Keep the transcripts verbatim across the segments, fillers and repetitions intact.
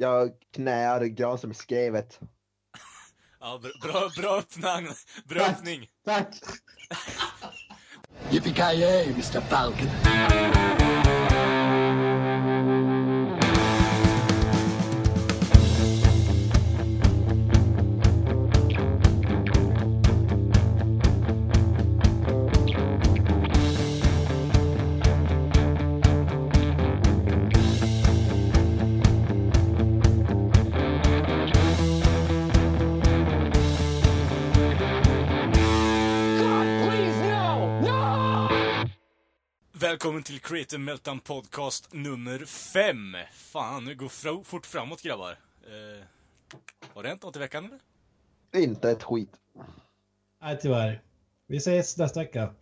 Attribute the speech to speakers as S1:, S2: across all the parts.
S1: jag knäar gran som är skrevet.
S2: Ja, bra, bra öppning. Bra öppning.
S3: Tack.
S4: Yippee-ki-yay, mister Falcon.
S2: Välkommen till Creative Meltdown Podcast nummer fem. Fan, nu går fr- fort framåt, grabbar. Eh, har det hänt något i veckan, eller?
S1: Inte ett skit.
S5: Nej, tyvärr. Vi ses nästa vecka.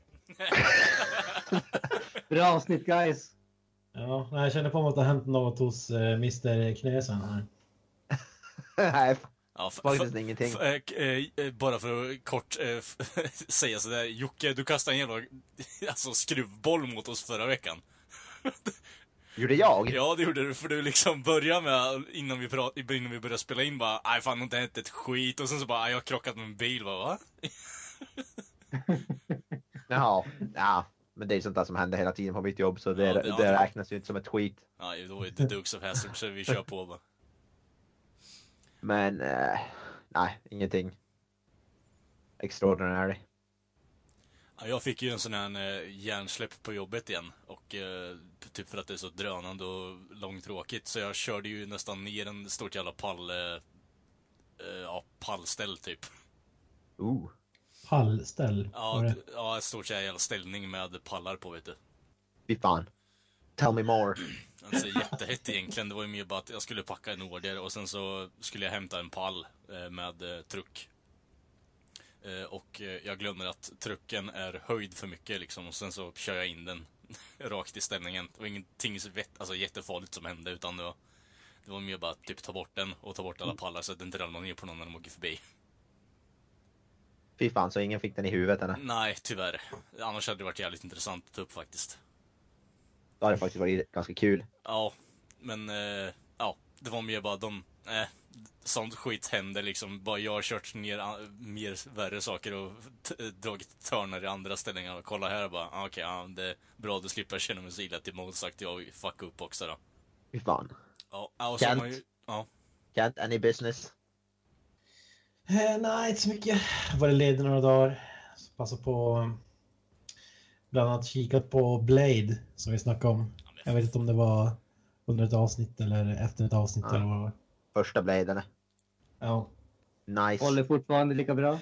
S3: Bra avsnitt, guys.
S5: Ja, jag känner på mig att det har hänt något hos uh, mister Knäsen här.
S1: Nej,
S2: Ja, f-
S1: faktiskt
S2: f-
S1: ingenting.
S2: f- äh, äh, bara för att kort äh, f- säga sådär. Jocke, du kastade en jävla alltså, skruvboll mot oss förra veckan.
S1: Gjorde jag?
S2: Ja, det gjorde du, för du liksom började med, innan vi, prat, innan vi började spela in, bara, nej fan, det har inte ett skit. Och sen så bara, jag har krockat med en bil, bara, va?
S1: Jaha, ja. Men det är sånt där som händer hela tiden på mitt jobb, så det,
S2: Ja, det-
S1: det,
S2: ja,
S1: det
S2: det-
S1: räknas ju inte som ett skit.
S2: Ja, då är det Dukes of Hazzard, så vi kör på bara.
S1: Men, eh, nej, ingenting extraordinary.
S2: Ja, jag fick ju en sån här eh, hjärnsläpp på jobbet igen. Och eh, typ för att det är så drönande och långtråkigt. Så jag körde ju nästan ner en stort jävla pall... Eh, eh, ja, pallställ typ.
S1: Ooh.
S5: Pallställ.
S2: Ja,
S5: Var det?
S2: d- ja, ett stort jävla ställning med pallar på, vet du.
S1: Fy fan. Tell me more.
S2: Alltså jättehett egentligen. Det var ju mer bara att jag skulle packa en order och sen så skulle jag hämta en pall eh, med eh, truck. Eh, och eh, jag glömmer att trucken är höjd för mycket liksom, och sen så kör jag in den rakt i ställningen. Det var ingenting så vet, alltså, jättefarligt som hände, utan det var, det var mer bara att typ ta bort den och ta bort alla pallar så att det inte ramlar ner på någon när de åker förbi.
S1: Fy fan, så ingen fick den i huvudet ännu.
S2: Nej, tyvärr. Annars hade det varit jävligt intressant att ta upp faktiskt.
S1: Det hade faktiskt varit ganska kul.
S2: Ja, men eh, ja, det var mer bara de, eh, sånt skit händer liksom. Bara jag har kört ner a- mer värre saker och t- dragit törnar i andra ställningar. Och kolla här bara, ah, okej, okay, ja, det är bra, du slipper känna mig så illa till mål sagt. Jag fuck upp också då.
S1: Fy fan.
S2: Ja, och så har man ju,
S1: Can't.
S2: ja.
S1: Can't any business.
S5: Eh, nej, inte så mycket. Var det ledig några dagar. Så passa på bland annat kikat på Blade som vi snackade om. Jag vet inte om det var under ett avsnitt eller efter ett avsnitt
S1: Ja.
S5: eller vad det var.
S1: Första bladen.
S5: Ja.
S1: Nice.
S3: Håller fortfarande lika bra.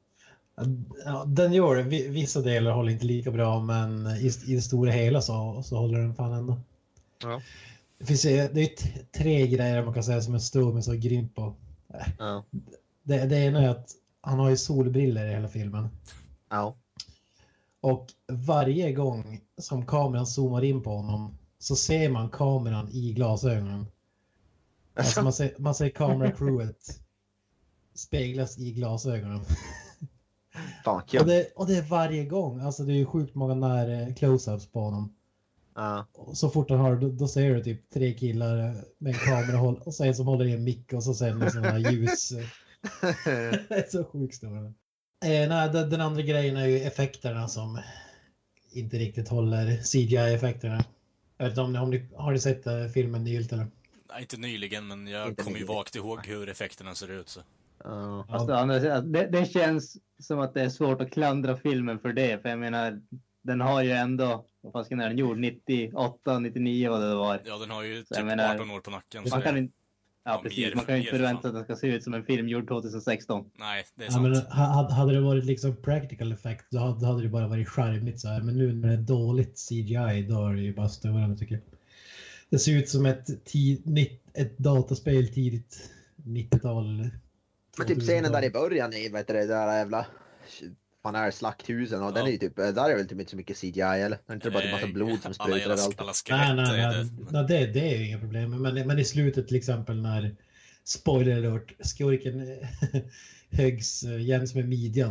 S5: Ja, den gör det. Vi- Vissa delar håller inte lika bra, men i, i det stora hela så, så håller den fan ändå.
S1: Ja.
S5: Det finns ju, det är ju t- tre grejer man kan säga som är stor men så grymt på.
S1: Ja.
S5: Det, det ena är att han har ju solbriller i hela filmen.
S1: Ja.
S5: Och varje gång som kameran zoomar in på honom så ser man kameran i glasögonen. Alltså man ser, man ser kameracrewet speglas i glasögonen.
S1: Fan,
S5: Och
S1: kul.
S5: det, och det är varje gång. Alltså det är ju sjukt många när close-ups på honom.
S1: Ja.
S5: Och så fort han har, då, då ser du typ tre killar med en kamera håll, och så en som håller i en mick och så sen med sådana här ljus. Det är så sjukt stora. Eh, nej, den, den andra grejen är ju effekterna som inte riktigt håller, C G I-effekterna. Jag vet inte om ni, om ni har ni sett uh, filmen nyligt eller?
S2: Nej, inte nyligen, men jag
S1: Inte
S2: kommer ju
S1: nyligen.
S2: vagt ihåg hur effekterna ser ut så.
S1: Ja.
S3: Alltså, Anders, det, det känns som att det är svårt att klandra filmen för det. För jag menar, den har ju ändå, vad fan ska den gjort, nittioåtta, nittionio vad det var.
S2: Ja, den har ju
S3: Så
S2: typ
S3: jag menar,
S2: arton år på nacken. Så
S3: Man kan
S2: det,
S3: inte, ja,
S2: Ja,
S3: precis.
S2: mer-
S3: Man kan ju
S2: mer
S3: inte förvänta sig
S2: fan.
S3: att den ska se ut som en film gjord tjugohundrasexton.
S2: nej, det är
S5: Ja,
S2: sant.
S5: men, ha- hade det varit liksom practical effect då hade, då hade det bara varit charmigt så här. Men nu när det är dåligt C G I då är det ju bara störande tycker jag. Det ser ut som ett, ti- nitt- ett dataspel tidigt nittiotal.
S1: Men typ scenen där i början i, vet du, det där jävla fan är slakthusen och
S2: Ja.
S1: den är ju typ, där är väl typ inte så mycket C G I eller? Det är inte bara typ massa blod som
S2: alla,
S1: sprutar
S2: jävla,
S1: överallt.
S2: alla
S5: Nej,
S2: skelett
S5: nej,
S2: är
S5: nej.
S2: det.
S5: nej det, det är ju inga problem. Men, men i slutet till exempel när, spoiler alert, skurken höggs jäms med midjan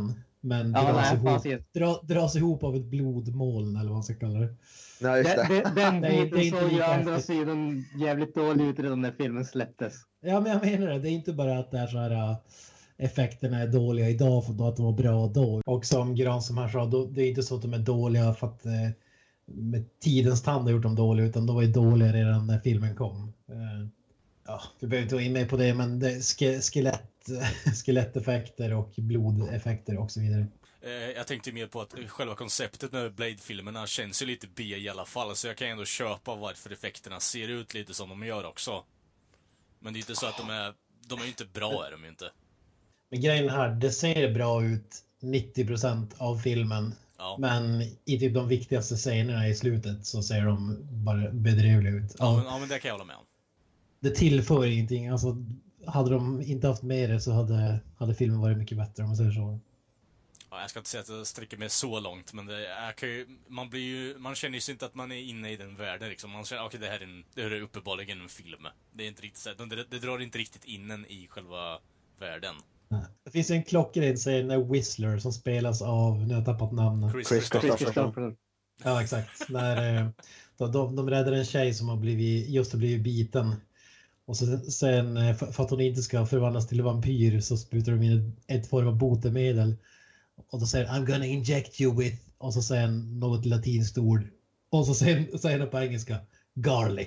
S5: Men
S3: Ja,
S5: dras,
S3: nej,
S5: ihop,
S3: fasiken.
S5: dra, dras ihop av ett blodmoln eller vad man ska kalla det.
S1: Nej, just
S3: Den,
S1: det.
S3: den, den
S5: Det är- det är
S3: biten
S5: inte
S3: såg ju
S5: lika
S3: andra
S5: häftigt.
S3: sidan jävligt dålig ut redan när filmen släpptes.
S5: Ja, men jag menar det. Det är inte bara att det är så här äh, effekterna är dåliga idag för då att de var bra då. Och som Gran som här sa, då, det är inte så att de är dåliga för att eh, med tidens tand har gjort dem dåliga, utan de var ju dåliga redan när filmen kom. Eh, ja, vi behöver inte gå in mer på det, men det är ske, skelett, skeletteffekter och blodeffekter och så vidare.
S2: Eh, jag tänkte mer på att själva konceptet med Blade-filmerna känns ju lite B i alla fall, så jag kan ändå köpa varför effekterna ser ut lite som de gör också. Men det är inte så att de är, de är ju inte bra, är de ju inte.
S5: Men grejen här, det ser bra ut nittio procent av filmen.
S2: Ja.
S5: Men i typ de viktigaste scenerna i slutet så ser de bara bedrövliga ut.
S2: Ja, men, ja, men det kan jag hålla med om.
S5: Det tillför ingenting. Alltså, hade de inte haft med det så hade, hade filmen varit mycket bättre om man säger så.
S2: Ja, jag ska inte säga att jag sträcker mig så långt, men det, jag kan ju, man blir ju, man känner ju inte att man är inne i den världen liksom. Man känner, okej, okay, det här är en, det här är uppenbarligen en film. Det är inte riktigt så, det, det drar inte riktigt in en i själva världen.
S5: Det finns en klockren scen när Whistler som spelas av, nu har jag tappat namnet.
S2: Chris
S1: Chris
S2: Christopher.
S1: Christopher.
S5: Ja, exakt. När eh, de, de, de räddar en tjej som har blivit, just har blivit biten. Och så, sen, eh, för, för att hon inte ska förvandlas till vampyr så sprutar de in ett, ett form av botemedel. Och då säger I'm gonna inject you with, och så säger han något latinskt ord. Och så säger, säger han på engelska, garlic.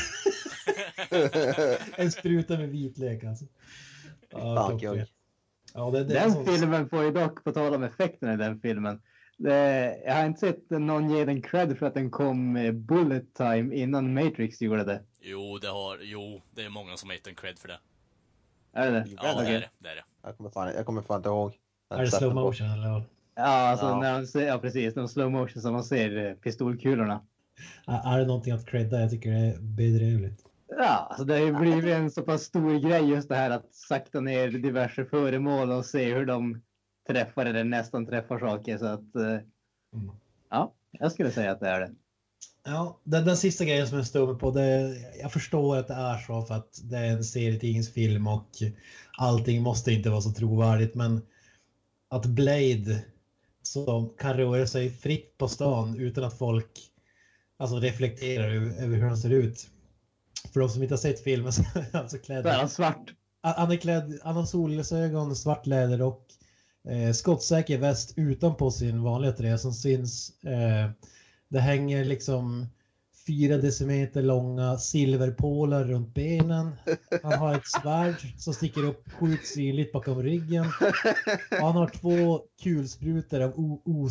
S5: En spruta med vitlök alltså. Ja,
S1: Fuck, jag.
S5: ja, det, det är
S3: Den
S5: så-
S3: filmen får ju dock, på tal om effekterna i den filmen. Det, jag har inte sett någon ge den cred för att den kom med bullet time innan Matrix gjorde det.
S2: Jo, det har, jo, det är många som har gett en cred för det.
S3: Är det det?
S2: Ja, det
S3: Okej.
S2: är det, det är det.
S1: Jag kommer fan, jag kommer fan inte ihåg. Jag har
S5: Är det
S1: inte sett
S5: slow
S1: den på-
S5: motion eller vad?
S3: Ja, alltså
S1: Ja.
S3: när de ser, ja precis, de slow motion som man ser eh, pistolkulorna.
S5: Är är det någonting att credda? Jag tycker det är bedrövligt.
S3: Ja, alltså det har ju blivit en så pass stor grej just det här att sakta ner diverse föremål och se hur de träffar eller nästan träffar saker. Så att, eh,
S5: Mm.
S3: ja, jag skulle säga att det är det.
S5: Ja, den, den sista grejen som jag står med på, det, jag förstår att det är så för att det är en serietidningsfilm och allting måste inte vara så trovärdigt, men att Blade som kan röra sig fritt på stan utan att folk alltså reflekterar över, över hur han ser ut. För de som inte har sett filmen så är han så klädd.
S3: Så är han svart.
S5: Han är klädd, han har solglasögon, svart läder och eh, skottsäker väst utanpå sin vanliga tröja som syns. Eh, det hänger liksom fyra decimeter långa silverpålar runt benen. Han har ett svärd som sticker upp sjukt synligt bakom ryggen. Och han har två kulsprutor av O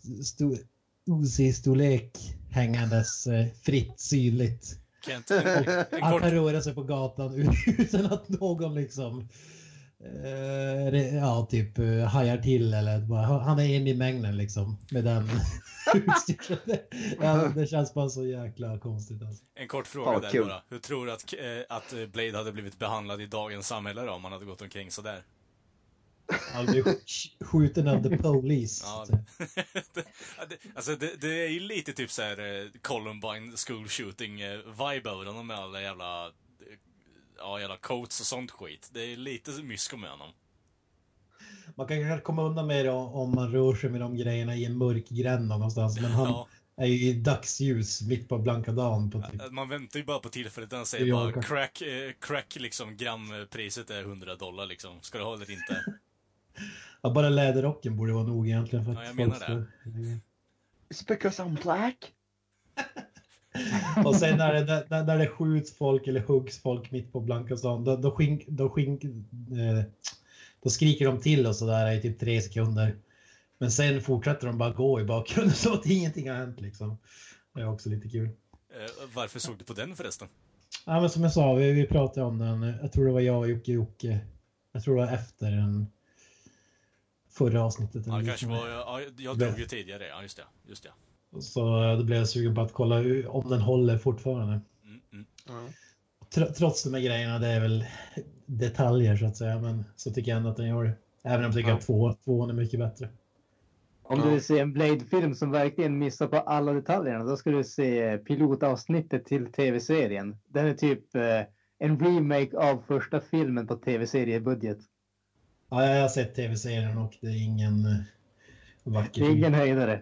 S5: C-storlek hängandes eh, fritt synligt.
S2: Kent, en, en
S5: Han
S2: kort,
S5: kan röra sig på gatan utan att någon liksom eh, re- ja, typ eh, hajar till eller bara, han är en i mängden liksom med den utstyrseln. Ja, det känns bara så jäkla konstigt alltså.
S2: en kort fråga
S1: Ja,
S2: där
S1: kul.
S2: bara. Hur tror du att, eh, att Blade hade blivit behandlad i dagens samhälle då, om han hade gått omkring sådär?
S5: Han blir sk- skjuten av the police.
S2: Ja, det, det, alltså det, det är ju lite typ så här eh, Columbine school shooting eh, vibe över honom med alla jävla eh, ja, jävla coats och sånt skit. Det är lite mysko med honom.
S5: Man kan kanske komma undan med det om man rör sig med de grejerna i en mörk gränd någonstans, men han
S2: Ja.
S5: är ju i dagsljus mitt på blanka dagen på typ.
S2: Man väntar ju bara på tillfället när han säger
S5: Ja,
S2: bara
S5: kanske.
S2: crack, eh, crack liksom grampriset är hundra dollar liksom. Ska du ha eller inte?
S5: Ja, bara läderrocken borde vara nog egentligen för att
S2: Ja, jag menar
S5: folk ska-
S1: It's because I'm black.
S5: Och sen när det, när, när det skjuts folk eller huggs folk mitt på blanka stan, då, då, skink, då, skink, eh, då skriker de till och sådär i typ tre sekunder. Men sen fortsätter de bara gå i bakgrunden så att ingenting har hänt liksom. Det är också lite kul.
S2: Eh, varför såg du på den förresten?
S5: Ja, men som jag sa, vi, vi pratade om den. Jag tror det var jag och Jocke Jocke. Jag tror det var efter den förra avsnittet.
S2: Ja,
S5: eller
S2: det kanske
S5: liknande.
S2: var, ja, jag drog ju tidigare, ja just det, just det.
S5: Så då blev jag sugen på att kolla hur- om den håller fortfarande.
S2: Mm, mm.
S5: Tr- trots de här grejerna, det är väl detaljer så att säga, men så tycker jag ändå att den gör det. Även om jag tycker
S1: Ja.
S5: att två, tvåan är mycket bättre.
S3: Om
S1: Ja.
S3: du vill se en Blade-film som verkligen missar på alla detaljerna, då ska du se pilotavsnittet till tv-serien. Den är typ eh, en remake av första filmen på tv-seriebudget.
S5: Ja, jag har sett tv-serien och det är ingen, vacker.
S3: Ingen höjdare.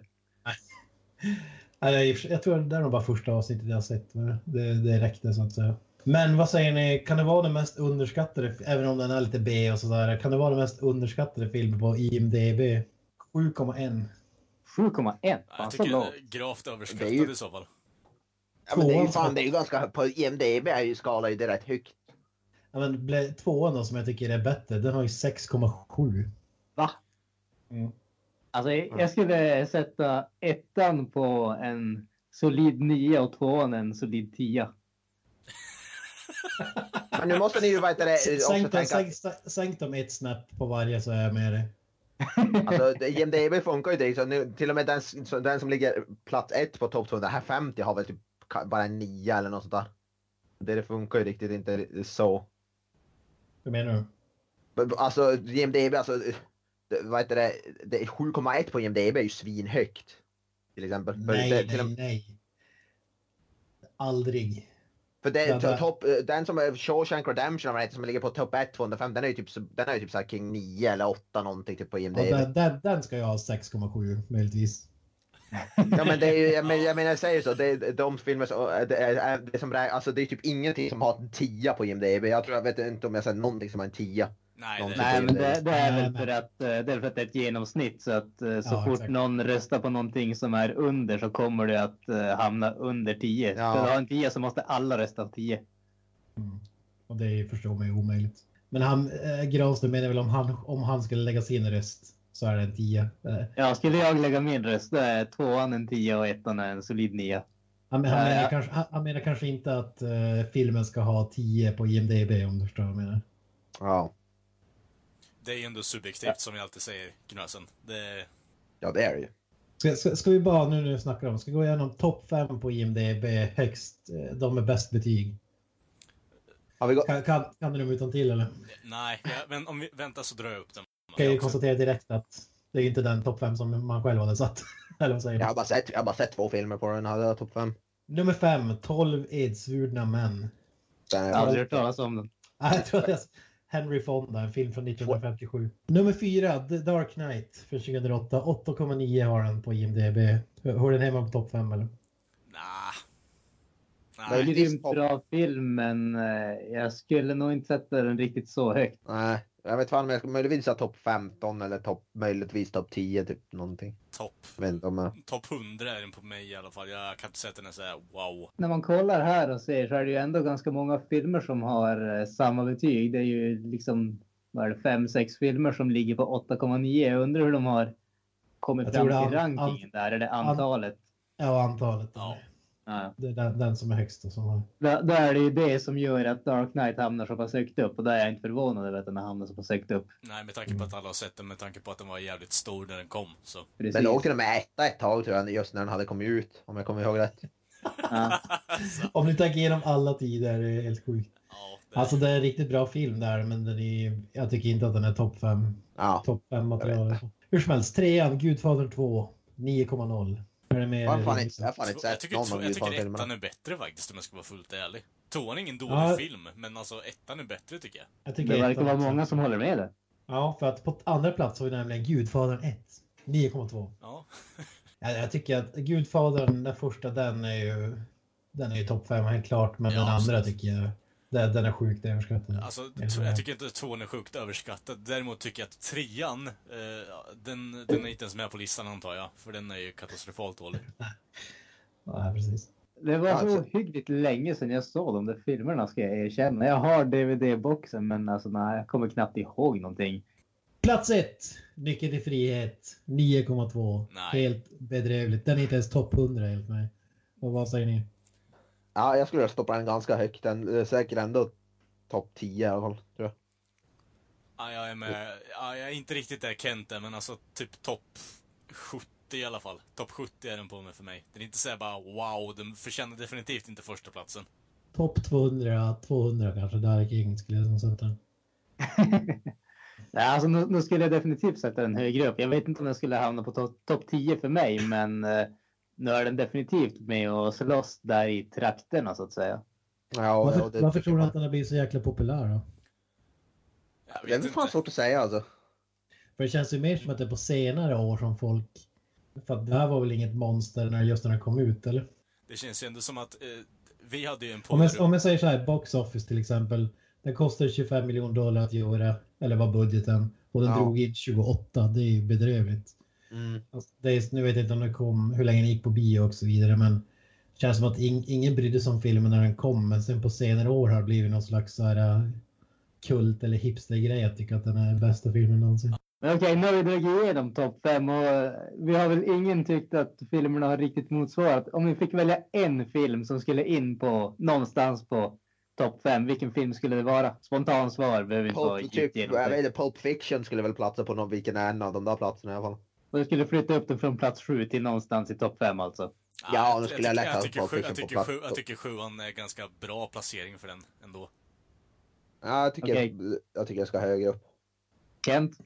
S5: Nej, jag tror det är nog bara första avsnittet jag har sett. Men det, det räckte så att säga. Men vad säger ni, kan det vara den mest underskattade, även om den är lite B och sådär, kan det vara den mest underskattade filmen på I M D B? sju komma ett.
S3: sju komma ett?
S2: Jag tycker det är gravt överskattad
S1: ju...
S2: i så fall.
S1: Ja, men det är ju fan, det är ju ganska, på I M D B är ju skala ju det rätt högt.
S5: Ja, men tvåan då, som jag tycker är bättre, den har ju sex komma sju.
S3: Va?
S5: Mm.
S3: Alltså jag skulle sätta ettan på en solid nio och tvåan en solid tio.
S1: Men nu måste ni ju veta det också
S5: Sänk,
S1: tänka...
S5: sänk, sänk dem ett snäpp på varje så är jag med dig.
S1: Alltså I M D B funkar ju direkt så nu, till och med den, så, den som ligger plats ett på topp tvåhundrafemtio har väl typ bara en nio eller något sånt där. Det, det funkar ju riktigt inte så.
S5: Hur menar du?
S1: Alltså I M D B, alltså det, vad heter det, det är sju komma ett på I M D B är ju svinhögt. Till exempel.
S5: Nej,
S1: det,
S5: nej,
S1: till,
S5: nej. Aldrig.
S1: För det,
S5: Ja, det...
S1: Top, den som är Shawshank Redemption som ligger på topp ett tvåhundrafem, den är ju typ, den är ju typ så här kring nio eller åtta någonting typ på I M D B.
S5: Ja, den, den, den ska jag ha sex komma sju möjligtvis.
S1: Ja men det är ju, jag menar, jag, menar, jag säger så, det är de filmer så, det är, det är som, alltså det är typ ingenting som har en tia på I M D B. Jag tror, jag vet inte om jag säger någonting som har en tia.
S2: Nej, det,
S3: Nej men det, det är väl för att, det är för att det är ett genomsnitt, så att så
S5: ja,
S3: fort
S5: exakt.
S3: någon röstar på någonting som är under så kommer det att uh, hamna under tio.
S1: Ja.
S3: För att ha en tio så måste alla rösta på tio.
S5: Mm. Och det förstår mig omöjligt. Men han, äh, Granström menar väl om han, om han skulle lägga sin röst så är det en tio. Äh.
S3: Ja, skulle jag lägga min röst då är tvåan en tio och ettan är en solid nio.
S5: Han, han, menar,
S3: Ja.
S5: kanske, han, han menar kanske inte att uh, filmen ska ha tio på I M D B om du förstår vad jag menar.
S1: Ja.
S2: det är ju ändå subjektivt som jag alltid säger, Gnösen. Det...
S1: Ja det är det ju.
S5: Ska, ska, ska vi bara, nu när vi snackar om, ska vi gå igenom topp fem på I M D B högst, de med bäst betyg.
S1: Har vi gått?
S5: Kan, kan, kan du dem utan till eller?
S2: Nej, ja, men om vi väntar så drar jag upp den.
S5: Kan jag konstatera direkt att det är inte den topp fem som man själv hade satt. Eller vad säger
S1: Jag
S5: du?
S1: har bara sett, jag har bara sett två filmer på den, hade jag topp fem.
S5: Nummer fem, tolv edsvurna män.
S1: Den är
S3: Jag har aldrig hört talas om den.
S5: Nej, jag tror det är Henry Fonda, en film från nittonhundrafemtiosju. Nummer fyra, The Dark Knight för tjugohundraåtta. åtta komma nio har den på I M D B. Har den hemma på topp fem eller?
S2: Nah.
S3: Det är
S2: Nej.
S3: en grymt bra film, men eh, jag skulle nog inte sätta den riktigt så högt.
S1: Nej, jag vet fan om jag ska möjligtvis ha topp femton eller topp, möjligtvis topp tio typ någonting.
S2: Topp.
S1: Jag vet inte om jag...
S2: Topp hundra är den på mig i alla fall. Jag kan inte sätta den så här, wow.
S3: När man kollar här och ser så är det ju ändå ganska många filmer som har eh, samma betyg. Det är ju liksom, vad är det, fem, sex filmer som ligger på åtta komma nio. Jag undrar hur de har kommit
S5: Jag
S3: fram
S5: tror
S3: till
S5: det är an-
S3: rankingen där. Är det antalet?
S5: Ja, antalet.
S2: Ja.
S3: Ja.
S5: Det är den, den som är högst. Och som har...
S3: Då, då är det ju det som gör att Dark Knight hamnar så pass högt upp. Och där är jag inte förvånad över att den hamnar så pass högt upp.
S2: Nej, med tanke på att alla har sett den, med tanke på att den var jävligt stor när den kom. Så.
S3: Precis.
S1: Den låg till och med etta ett tag tror jag, just när den hade kommit ut. Om jag kommer ihåg rätt.
S3: Ja.
S5: Om ni tänker igenom alla tider, det är helt sjukt.
S2: Ja, det...
S5: Alltså det är en riktigt bra film där, men den är, jag tycker inte att den är topp fem.
S1: Ja.
S5: Topp fem material. Hur som helst, trean, Gudfadern två, nio komma noll. Är det mer?
S1: Jag har fan inte, jag har fan inte
S2: jag
S1: sett
S2: tycker,
S1: någon
S2: två,
S1: av
S2: jag tycker ettan
S1: Gudfadern-filmerna.
S2: är bättre faktiskt, om jag ska vara fullt ärlig. Tvåan är ingen dålig
S5: Ja.
S2: film, men alltså ettan är bättre tycker jag.
S5: Jag tycker
S3: Det verkar
S5: ettan
S3: vara
S5: också.
S3: många som håller med det.
S5: Ja, för att på andra plats har vi nämligen Gudfadern ett, nio komma två.
S2: Ja.
S5: Jag, jag tycker att Gudfadern, den första, den är ju, den är ju topp fem helt klart, men
S2: Ja,
S5: den andra
S2: absolut.
S5: tycker jag, den, den är sjukt överskattad.
S2: Alltså,
S5: Jag
S2: t- jag tycker inte att tvåan är sjukt överskattad. Däremot tycker jag att trean, eh, den, den är inte ens med på listan antar jag. För den är ju katastrofalt dålig.
S5: Ja, precis.
S3: Det var
S1: Ja,
S3: så
S1: alltså-
S3: hyggligt länge sedan jag såg de där filmerna, ska jag erkänna. Jag har D V D-boxen, men alltså nej, jag kommer knappt ihåg någonting.
S5: Plats ett, Nyckeln till frihet, nio komma två.
S2: Nej.
S5: Helt bedrövligt. Den är inte ens topp hundra helt med. Och vad säger ni?
S1: Ja, jag skulle stoppa den ganska högt. Den är säkert ändå topp tio i alla fall, tror jag.
S2: Ja, jag är med. Ja, jag är inte riktigt där Kent är, men alltså typ topp sjuttio i alla fall. Topp sjuttio är den på mig för mig. Den är inte så här bara wow, den förtjänar definitivt inte första platsen.
S5: Topp tvåhundra, tvåhundra kanske, där King skulle jag nog sätta den.
S3: Nej, alltså nu, nu skulle jag definitivt sätta den högre upp. Jag vet inte om den skulle hamna på to- topp tio för mig, men eh, nu är den definitivt med och slåss där i trakterna så att säga.
S1: Ja,
S5: Varför,
S1: och det,
S5: varför
S1: tycker
S5: tror du
S1: man-
S5: att den har blivit så jäkla populär då?
S2: Jag
S1: Det är
S2: vet
S1: väl fan
S2: inte.
S1: svårt att säga alltså.
S5: För det känns ju mer som att det är på senare år som folk... För att det här var väl inget monster när just när den kom ut, eller?
S2: Det känns ju ändå som att eh, vi hade ju en
S5: Om jag,
S2: poll.
S5: om jag säger så här, Box Office till exempel. Den kostade tjugofem miljoner dollar att göra, eller var budgeten. Och den
S1: Ja.
S5: drog in tjugoåtta, det är ju bedrövligt.
S1: Mm.
S5: Alltså, det är, nu vet jag inte om den kom, hur länge den gick på bio och så vidare, men det känns som att in, ingen brydde sig om filmen när den kom, men sen på senare år har det blivit någon slags så här, uh, kult eller hipstergrej att tycka att den är bästa filmen någonsin.
S3: Men okej, nu har vi dragit igenom topp fem och vi har väl ingen tyckt att filmerna har riktigt motsvarat. Om vi fick välja en film som skulle in på någonstans på topp fem, vilken film skulle det vara? Spontan svar behöver inte vara
S1: Pulp,
S3: djupt
S1: typ, jag vet
S3: genomtänkt.
S1: inte, Pulp Fiction skulle väl platsa på någon, vilken är en av de där platserna i alla fall.
S3: Och jag skulle flytta upp den från plats sju till någonstans i topp fem alltså.
S1: Ja, då skulle jag
S2: jag,
S1: lätt
S2: jag,
S1: ha
S2: tycker,
S1: Pulp
S2: sju,
S1: Fiction
S2: jag,
S1: på
S2: tycker,
S1: plats.
S2: sju, jag tycker sjuan är ganska bra placering för den ändå.
S1: Ja, jag tycker,
S3: Okej.
S1: jag tycker jag ska högre upp.
S3: Kent?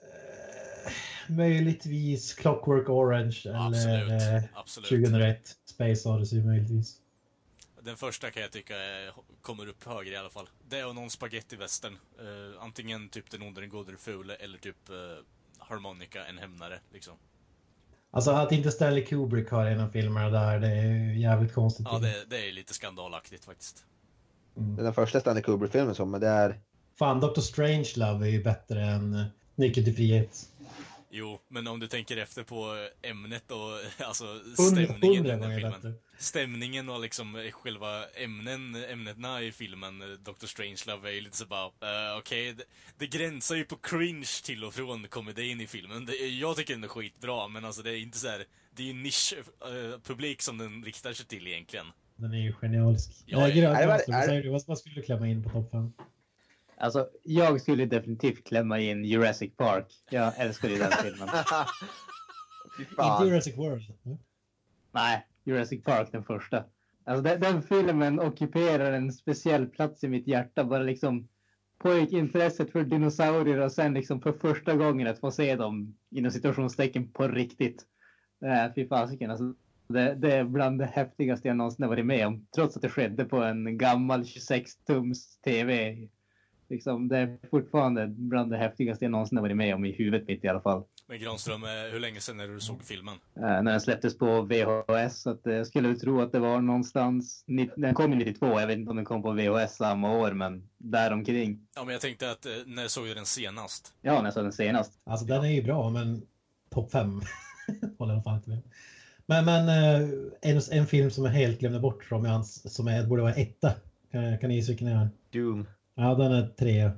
S5: Möjligtvis Clockwork Orange
S2: Absolut,
S5: eller eh,
S2: absolut.
S5: tjugohundraett Space Odyssey möjligtvis.
S2: Den första kan jag tycka är, kommer upp högre i alla fall. Det är någon spaghetti-western. Uh, antingen typ Den onde, den gode, den fule eller typ uh, Harmonica, en hämnare liksom.
S5: Alltså att inte Stanley Kubrick har en av filmerna där, det är jävligt konstigt.
S2: Ja, det, det är lite skandalaktigt faktiskt.
S5: Mm.
S1: Det är den första Stanley Kubrick-filmen som, men det är...
S5: Fan, Doctor Strangelove är ju bättre än uh, Nyckeln till frihet.
S2: Jo, men om du tänker efter på ämnet och alltså
S5: Hundra,
S2: stämningen i
S5: hundra
S2: den
S5: gånger
S2: filmen.
S5: bättre.
S2: Stämningen och liksom själva ämnen, ämnena i filmen Doctor Strangelove är ju lite så bara, uh, okej, okay, det, det gränsar ju på cringe till och från komedin i filmen. Det, jag tycker den är skitbra, men alltså det är inte så här, det är ju nisch uh, publik som den riktar sig till egentligen.
S5: Den är ju genialisk.
S2: Ja,
S5: Ja,
S1: är det bara-
S5: vad, säger du? Vad, vad skulle du klämma in på topp fem?
S3: Alltså, jag skulle definitivt klämma in Jurassic Park. Jag älskar ju den filmen.
S1: Fy
S5: Inte
S1: fan.
S5: Jurassic World. Mm.
S3: Nej, Jurassic Park, den första. Alltså den, den filmen ockuperar en speciell plats i mitt hjärta. Bara liksom pojkintresset för dinosaurier och sen liksom för första gången att få se dem inom situationstecken på riktigt. Äh, fy fasiken, alltså. Det, det är bland det häftigaste jag någonsin har varit med om. Trots att det skedde på en gammal tjugosex tums tv. Liksom, det är fortfarande bland det häftigaste jag någonsin har varit med om i huvudet mitt i alla fall.
S2: Men Granström, eh, hur länge sedan är det du såg filmen?
S3: Uh, när den släpptes på V H S. Så att, uh, jag skulle tro att det var någonstans... Den kom ju nittiotvå, jag vet inte om den kom på V H S samma år, men däromkring.
S2: Ja, men jag tänkte att, eh, när såg du den senast?
S3: Ja, när jag såg den senast.
S5: Alltså den är ju bra, men topp fem håller jag fan inte med. Men, men eh, en, en film som jag helt glömde bort från mig, som är, borde vara etta. Kan, kan ni gissa vilken det är?
S1: Doom.
S5: Ja, den är tre.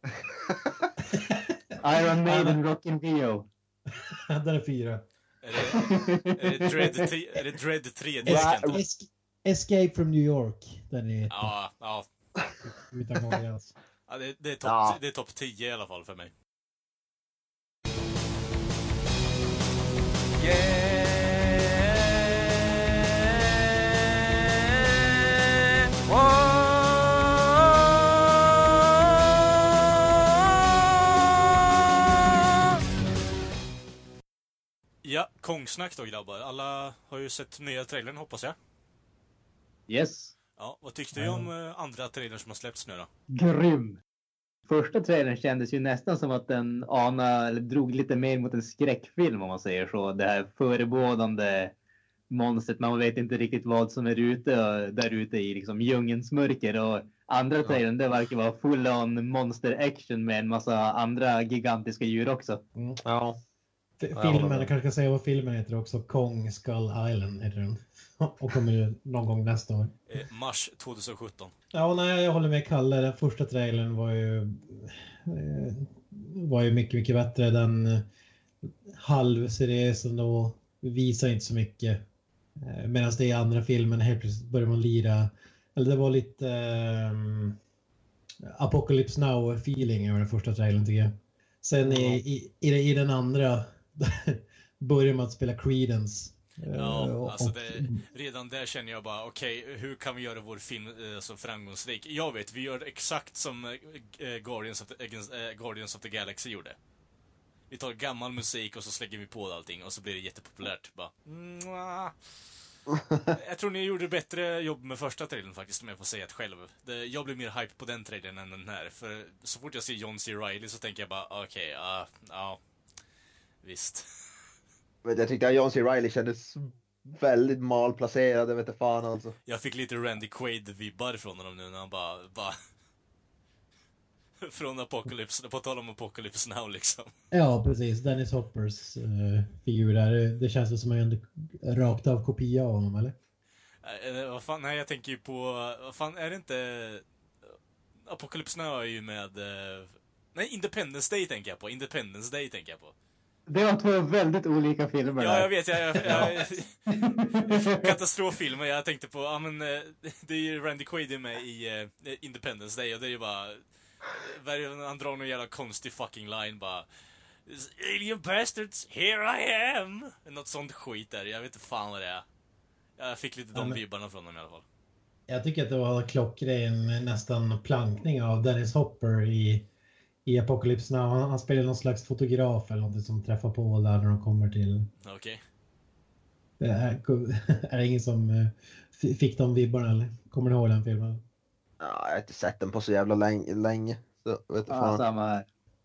S3: Iron Maiden Rock in Rio.
S5: Den är fyra.
S2: Är det, är det Dread, tre, är det Dread tre
S5: Es-
S2: disken?
S5: es- Escape from New York. Den är etta.
S2: Ja, ja.
S5: Utan konkurrens.
S2: ja det, det är topp
S1: Ja.
S2: det är topp tio i alla fall för mig. Ja, Kongsnack då grabbar. Alla har ju sett nya trailern hoppas jag.
S3: Yes.
S2: Ja, vad tyckte du om eh, andra trailern som har släppts nu då?
S3: Grym. Första trailern kändes ju nästan som att den ana, eller drog lite mer mot en skräckfilm om man säger så. Det här förebådande monstret. Man vet inte riktigt vad som är ute där ute i liksom djungelns mörker. Och andra trailern det verkar vara full on monster action med en massa andra gigantiska djur också.
S5: Mm.
S1: Ja.
S5: F-
S1: Ja,
S5: filmen,
S1: men-
S5: jag kanske ska säga vad filmen heter också. Kong Skull Island heter den. Och kommer ju någon gång nästa år.
S2: Eh, mars tjugohundrasjutton.
S5: Ja, nej, jag håller med Kalle. Den första trailern var ju eh, var ju mycket, mycket bättre. Den eh, halvseriös ändå visar inte så mycket. Eh, Medan det i andra filmen helt plötsligt börjar man lira. Eller det var lite eh, Apocalypse Now feeling över den första trailern tycker jag. Sen i, i, i, i den andra börjar man att spela Creedence. Eh,
S2: Ja,
S5: och-
S2: alltså
S5: och-
S2: det, redan där känner jag bara, okej, hur kan vi göra vår film eh, så framgångsrik? Jag vet, vi gör exakt som eh, Guardians, of the, eh, Guardians of the Galaxy gjorde. Vi tar gammal musik och så slänger vi på allting och så blir det jättepopulärt. Bara, mwah. Jag tror ni gjorde bättre jobb med första trailern faktiskt, om jag får säga det själv. Det, jag blir mer hype på den trailern än den här. För så fort jag ser John C. Reilly så tänker jag bara, okej, ja, ja. visst.
S1: Jag tyckte att John C. Reilly kändes väldigt malplacerad, jag vet inte fan alltså.
S2: Jag fick lite Randy Quaid-vibbar från honom nu när han bara... bara... från Apocalypse, på tal om Apocalypse Now liksom.
S5: Ja, precis. Dennis Hoppers uh, figur där. Det känns det som en rakt av kopia av honom, eller?
S2: Äh, vad fan, nej jag tänker ju på... Vad fan, är det inte... Apocalypse Now är ju med... Uh... Nej, Independence Day tänker jag på. Independence Day tänker jag på.
S3: Det var två väldigt olika filmer.
S2: Ja,
S3: där.
S2: jag vet. Jag, jag, jag, jag, katastroffilmer. Jag tänkte på, ja men det är ju Randy Quaid med i uh, Independence Day och det är ju bara... Han drar någon jävla konstig fucking line bara... Alien bastards, here I am! Något sånt skit där. Jag vet inte fan vad det är. Jag fick lite de vibbarna från dem i alla fall.
S5: Jag tycker att det var klockren nästan plankning av Dennis Hopper i, i Apocalypse Now. Han, han spelar någon slags fotograf eller något som träffar på där när de kommer till...
S2: Okej. Okay.
S5: Det är, är det ingen som fick de vibbarna eller? Kommer ni ihåg den filmen?
S1: Ja, jag har inte sett den på så jävla länge. länge så vet du fan.
S3: Ja, samma här.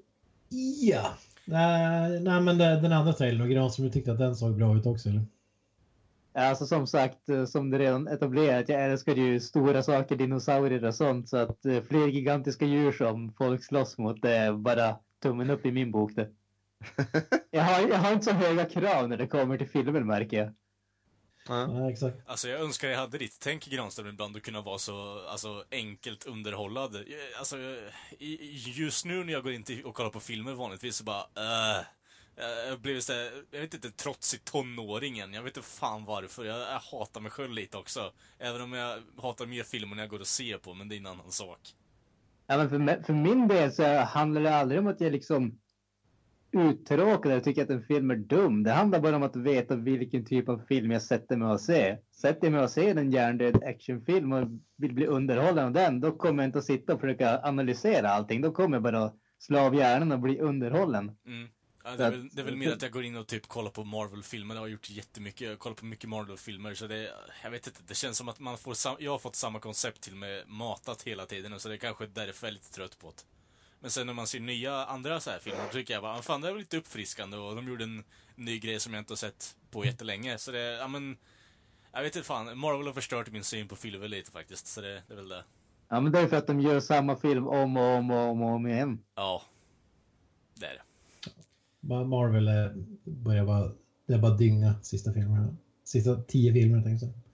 S5: Ja. Nej, nej men det, den andra trailern och Granström, du tyckte att den såg bra ut också eller?
S3: Alltså som sagt, som det redan etablerat, jag älskar ju stora saker, dinosaurier och sånt, så att fler gigantiska djur som folk slåss mot, det är bara tummen upp i min bok det. Jag har, jag har inte så höga krav när det kommer till filmer, märker jag.
S5: Ja, ja exakt.
S2: Alltså jag önskar jag hade ditt tänk, Granström, ibland att kunna vara så alltså, enkelt underhållad. Alltså just nu när jag går in till och kollar på filmer vanligtvis så bara uh, jag blev så här, jag vet inte, trotsig tonåringen. Jag vet inte fan varför. Jag, jag hatar mig själv lite också. Även om jag hatar mer filmer när jag går och ser på, men det är en annan sak.
S3: Ja, men för, för min del så handlar det aldrig om att jag liksom uttråkad eller tycker att en film är dum. Det handlar bara om att veta vilken typ av film jag sätter mig att se. Sätter jag mig att se en hjärndöd actionfilm och vill bli underhållen av den, då kommer jag inte att sitta och försöka analysera allting. Då kommer jag bara slå av hjärnan och bli underhållen.
S2: Mm. Ja, det, är väl, det är väl mer att jag går in och typ kollar på Marvel-filmer. Jag har gjort jättemycket, jag kollar på mycket Marvel-filmer. Så det, jag vet inte, det känns som att man får sam- jag har fått samma koncept till mig matat hela tiden. Och så det är kanske därför jag är lite trött på det. Men sen när man ser nya andra så här filmer, då tycker jag bara, fan det är lite uppfriskande. Och de gjorde en ny grej som jag inte har sett på jättelänge. Så det, ja men, jag vet inte fan, Marvel har förstört min syn på filmer lite faktiskt. Så det, det är väl det.
S3: Ja, men det är för att de gör samma film om och om och om, och om igen.
S2: Ja, det är det.
S5: Marvel är, börjar bara, det är bara dynga sista filmerna. Sista tio filmer tänkte jag.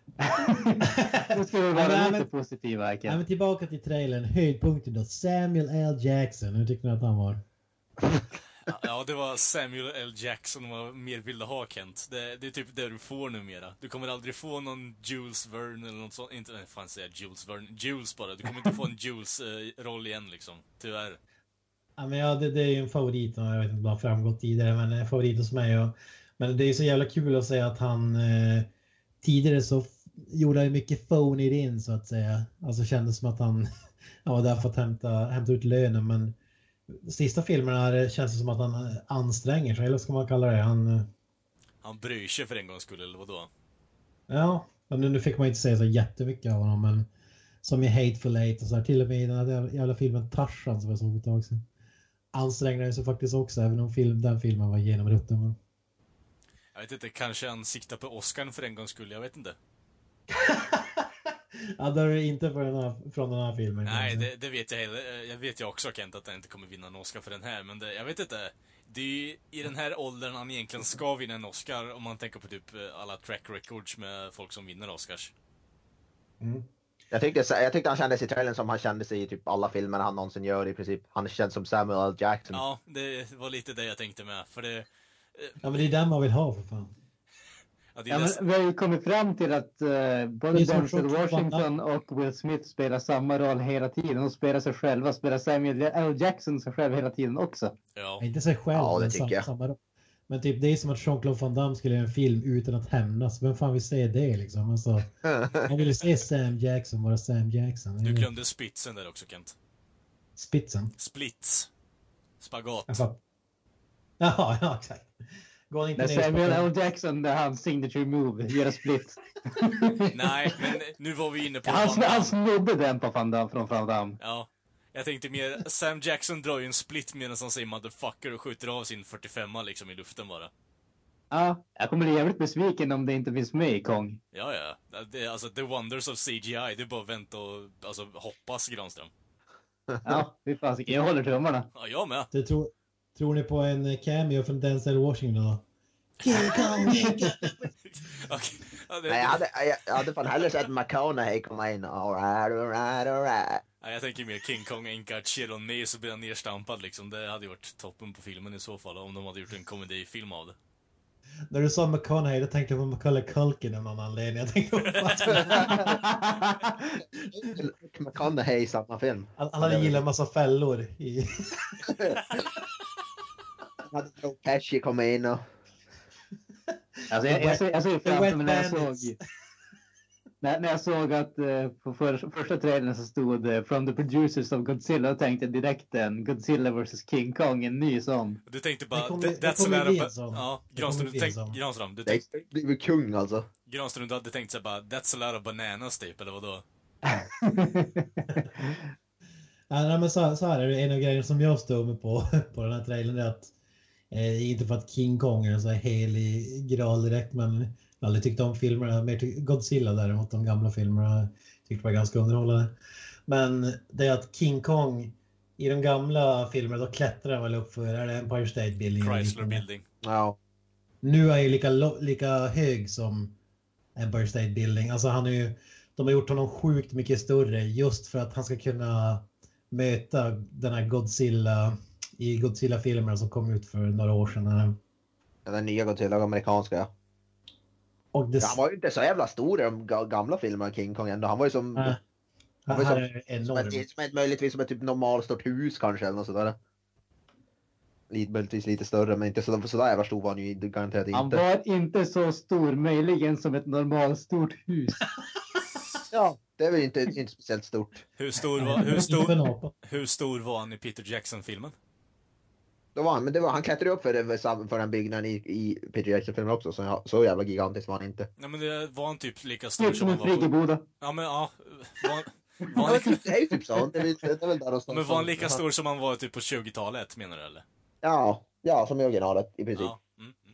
S3: Nu ska vi vara ja, lite men, positiva här.
S5: Ja, men tillbaka till trailern. Höjdpunkten då. Samuel L. Jackson. Hur tyckte ni att han var?
S2: Ja, det var Samuel L. Jackson. Vad mer vill du ha, Kent? Det, det är typ det du får numera. Du kommer aldrig få någon Jules Verne eller något sånt. Inte, nej, fan säga Jules Verne. Jules bara. Du kommer inte få en Jules-roll eh, igen liksom. Tyvärr.
S5: Ja, men ja, det, det är ju en favorit och jag vet inte om det har framgått tidigare, men en favorit hos mig. Och, men det är ju så jävla kul att säga att han eh, tidigare så f- gjorde han mycket phone it in så att säga. Alltså kändes som att han, han var där för att hämta, hämta ut lönen, men sista filmerna känns det som att han anstränger sig, eller ska man kalla det? Han,
S2: han bryr sig för en gångs skull, eller vadå?
S5: Ja, nu, nu fick man inte säga så jättemycket av honom, men som i Hateful Eight och så här, till och med i den här jävla filmen Tarzan som jag såg ett tag sedan. Ansträngde sig faktiskt också, även om film, den filmen var genomrutten. Men...
S2: Jag vet inte, kanske han siktar på Oscar för en gångs skull, jag vet inte.
S5: Ja, det är inte för den här, från den här filmen.
S2: Nej, det, det vet jag heller. Jag vet ju också, Kent, att han inte kommer vinna en Oscar för den här. Men det, jag vet inte. Det är ju i den här åldern han egentligen ska vinna en Oscar. Om man tänker på typ alla track records med folk som vinner Oscars.
S5: Mm.
S1: Jag tyckte, jag tyckte han kändes i trailern som han kände sig i typ alla filmer han någonsin gör i princip. Han känns som Samuel L. Jackson.
S2: Ja, det var lite det jag tänkte med. För det...
S5: Ja, men det är den man vill ha för fan.
S2: Ja,
S3: ja, men vi har ju kommit fram till att uh, både Denzel Washington och Will Smith spelar samma roll hela tiden. Och spelar sig själva, spelar Samuel L. Jackson sig själv hela tiden också.
S2: Ja.
S5: Inte sig själv,
S1: ja, det
S5: men
S1: tycker
S5: sam-
S1: jag.
S5: samma roll. Men typ det är som att Jean-Claude Van Damme skulle göra en film utan att hämnas. Vem fan vill se det liksom? Alltså, man vill se Sam Jackson vara Sam Jackson.
S2: Du glömde spitsen där också, Kent.
S5: Spitsen?
S2: Splits. Spagat.
S5: Jaha, ja, exakt. Gå inte
S3: när Samuel L. Jackson, det är hans signature move, göra split.
S2: Nej, men nu var vi inne på...
S3: Han, han snodde den på Van Damme, från Van Damme.
S2: Ja. Jag tänkte mer, Sam Jackson drar ju en split medan han säger motherfucker och skjuter av sin fyrtiofem liksom i luften bara.
S3: Ja, jag kommer bli jävligt besviken om det inte finns med i Kong.
S2: Ja, ja. Det är, alltså, the wonders of C G I, det är bara att vänta och alltså, hoppas, Granström.
S3: Ja, fy fasiken, jag håller tummarna.
S2: Ja, jag med.
S5: Det tror, tror ni på en cameo från Denzel Washington då? King Kong!
S2: Okay. Ja, det,
S1: Nej, jag hade, jag, jag hade fan hellre sett McConaughey komma in. Alright, alright, alright.
S2: ja, jag tänker mer King Kong ain't got shit on me, så blir han nerstampad liksom. Det hade ju varit toppen på filmen i så fall, om de hade gjort en komedifilm av det.
S5: När du sa McConaughey, då tänkte jag på Macaulay Culkin av någon anledning. Jag tänkte på
S1: McConaughey i samma film.
S5: Han han hade gillat en massa fällor i...
S1: Han hade Joe Pesci komma in och...
S3: Alltså jag, jag, jag, jag såg framför mig när jag
S5: Bandits.
S3: såg... När, när jag såg att uh, på för, första trailern så stod uh, From the producers of Godzilla, och tänkte direkt en Godzilla versus King Kong, en ny sån.
S2: Du tänkte bara,
S5: Det kommer-
S2: that-
S5: det
S2: that's
S5: kommer
S2: a
S5: bli
S2: lot
S5: en
S2: of...
S5: sån.
S2: Ja,
S5: Det
S2: Granström,
S5: kommer
S2: du
S5: bli en
S2: tänkte...
S5: sån.
S2: Granström, du
S1: Det
S2: tänkte...
S1: är ju kung alltså.
S2: Granström, du hade tänkt sig bara, that's a lot of bananas typ, eller vadå?
S5: Ja, nej, men så, så här är det. En av grejerna som jag står med på, på den här trailern är att eh, inte för att King Kong är en så här helig graal direkt, men jag har aldrig tyckt om filmerna. Mer till Godzilla däremot, de gamla filmerna tyckte var ganska underhållande. Men det är att King Kong i de gamla filmerna, då klättrar han väl upp för, är det Empire State Building? eller
S2: Chrysler
S5: liknande?
S2: Building.
S1: Ja.
S5: Nu är han ju lika, lo- lika hög som Empire State Building. Alltså han är ju, de har gjort honom sjukt mycket större just för att han ska kunna möta den här Godzilla i Godzilla-filmerna som kom ut för några år sedan.
S1: Den nya Godzilla, amerikanska, ja.
S5: Och det,
S1: Han var ju inte så jävla stor i de ga- gamla filmerna, King Kong ändå. Han var ju som...
S5: äh,
S1: han var ju
S5: här
S1: som,
S5: är
S1: som,
S5: enorm.
S1: ett, som ett, möjligtvis som ett typ normalstort hus kanske, eller något sådär. Lite, möjligtvis lite större, men inte så, sådär jävla stor var han ju garanterat
S3: Han
S1: inte.
S3: var inte så stor, möjligen som ett normalt stort hus.
S1: Ja, det är väl inte, inte speciellt stort.
S2: Hur stor var, hur
S5: Inte
S2: stor,
S5: för en apa.
S2: hur stor var han i Peter Jackson-filmen?
S1: Då var han, men det var, han klättrade upp för, det, för den byggnaden i, i Peter Jackson-filmen också, så, jag- så jävla gigantisk var han inte.
S2: Nej, men det var han typ lika stor
S3: Typ
S2: som
S3: som
S2: han
S3: en
S2: var på...
S3: friggeboda.
S2: Ja, men ja. Var, han- var,
S1: Ja,
S2: han lika,
S1: det är ju typ så. Det är, väl- det är väl där någonstans.
S2: men var han lika stor som han var typ på tjugotalet, menar du eller?
S1: Ja, ja, som i originalet i princip.
S2: Ja. Mm, mm.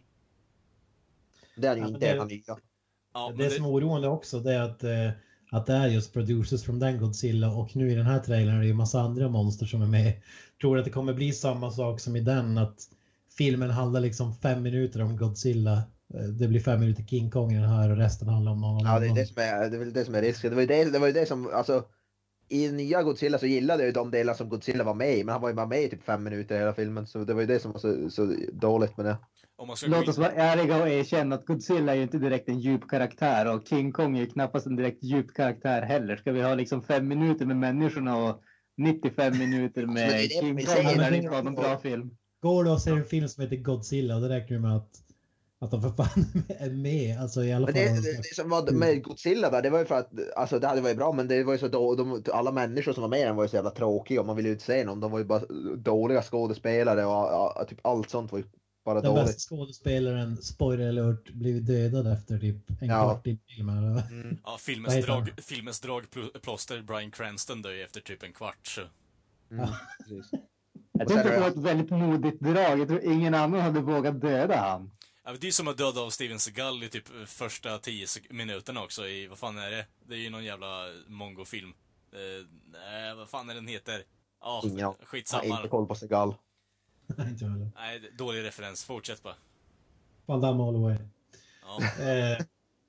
S1: Det är ju
S5: Ja, men
S1: inte
S5: det-
S1: han nya.
S2: Ja, men
S5: Det som är oroande också, det är att, eh, att det är just producers från den Godzilla, och nu i den här trailern är det ju massa andra monster som är med. Tror att det kommer bli samma sak som i den, att filmen handlar liksom fem minuter om Godzilla. Eh, Det blir fem minuter King Kong i den här och resten handlar om någon
S1: Ja, det är
S5: annan.
S1: det som är, det är väl det som är risken. Det var ju det, det var ju det som, alltså, i nya Godzilla så gillade jag ju de delar som Godzilla var med i, men han var ju bara med i typ fem minuter i hela filmen, så det var ju det som var så, så dåligt med det.
S2: om man ska gå
S3: Låt
S2: in,
S3: oss vara ärliga och erkänna att Godzilla är ju inte direkt en djup karaktär, och King Kong är ju knappast en direkt djup karaktär heller. Ska vi ha liksom fem minuter med människorna och nittiofem minuter
S1: men det är
S3: med
S1: det
S3: King
S1: vi
S3: Kong
S1: säger.
S3: när det inte var någon bra film?
S5: Går det och ser en film som heter Godzilla, och det räknar ju med att, att de för fan är med. Alltså i alla
S1: Men
S5: fall.
S1: det, det, det som var med Godzilla där, det var ju för att, alltså det hade varit bra, men det var ju så då, de, alla människor som var med i den var ju så jävla tråkiga och man ville ju inte se någon. De var ju bara dåliga skådespelare och ja, typ allt sånt var ju bara
S5: Den
S1: dåligt.
S5: bästa skådespelaren, spoiler alert, blev dödad efter typ en
S1: Ja.
S5: kvart i filmen. Eller?
S1: Mm.
S2: ja,
S5: Vad
S2: filmens,
S5: heter
S2: drag, filmens dragplåster, Bryan Cranston dör ju efter typ en kvart, så.
S1: Mm. Precis.
S3: Jag
S1: Och
S3: tyckte
S1: sen
S3: att det
S1: är
S3: var
S1: det-
S3: ett väldigt modigt drag. Jag tror ingen annan hade vågat döda han.
S2: Ja, men det är ju som att döda av Steven Seagal i typ första tio sek- minuterna också i, vad fan är det? Det är ju någon jävla mongo-film. Eh, nej, vad fan är den heter? Ja,
S1: Ingen aning. Jag har
S2: skitsamma.
S1: inte koll på Seagal.
S5: Nej, inte jag heller.
S2: Nej, dålig referens. Fortsätt bara.
S5: Van Damme all the way.
S2: Ja.
S5: Eh,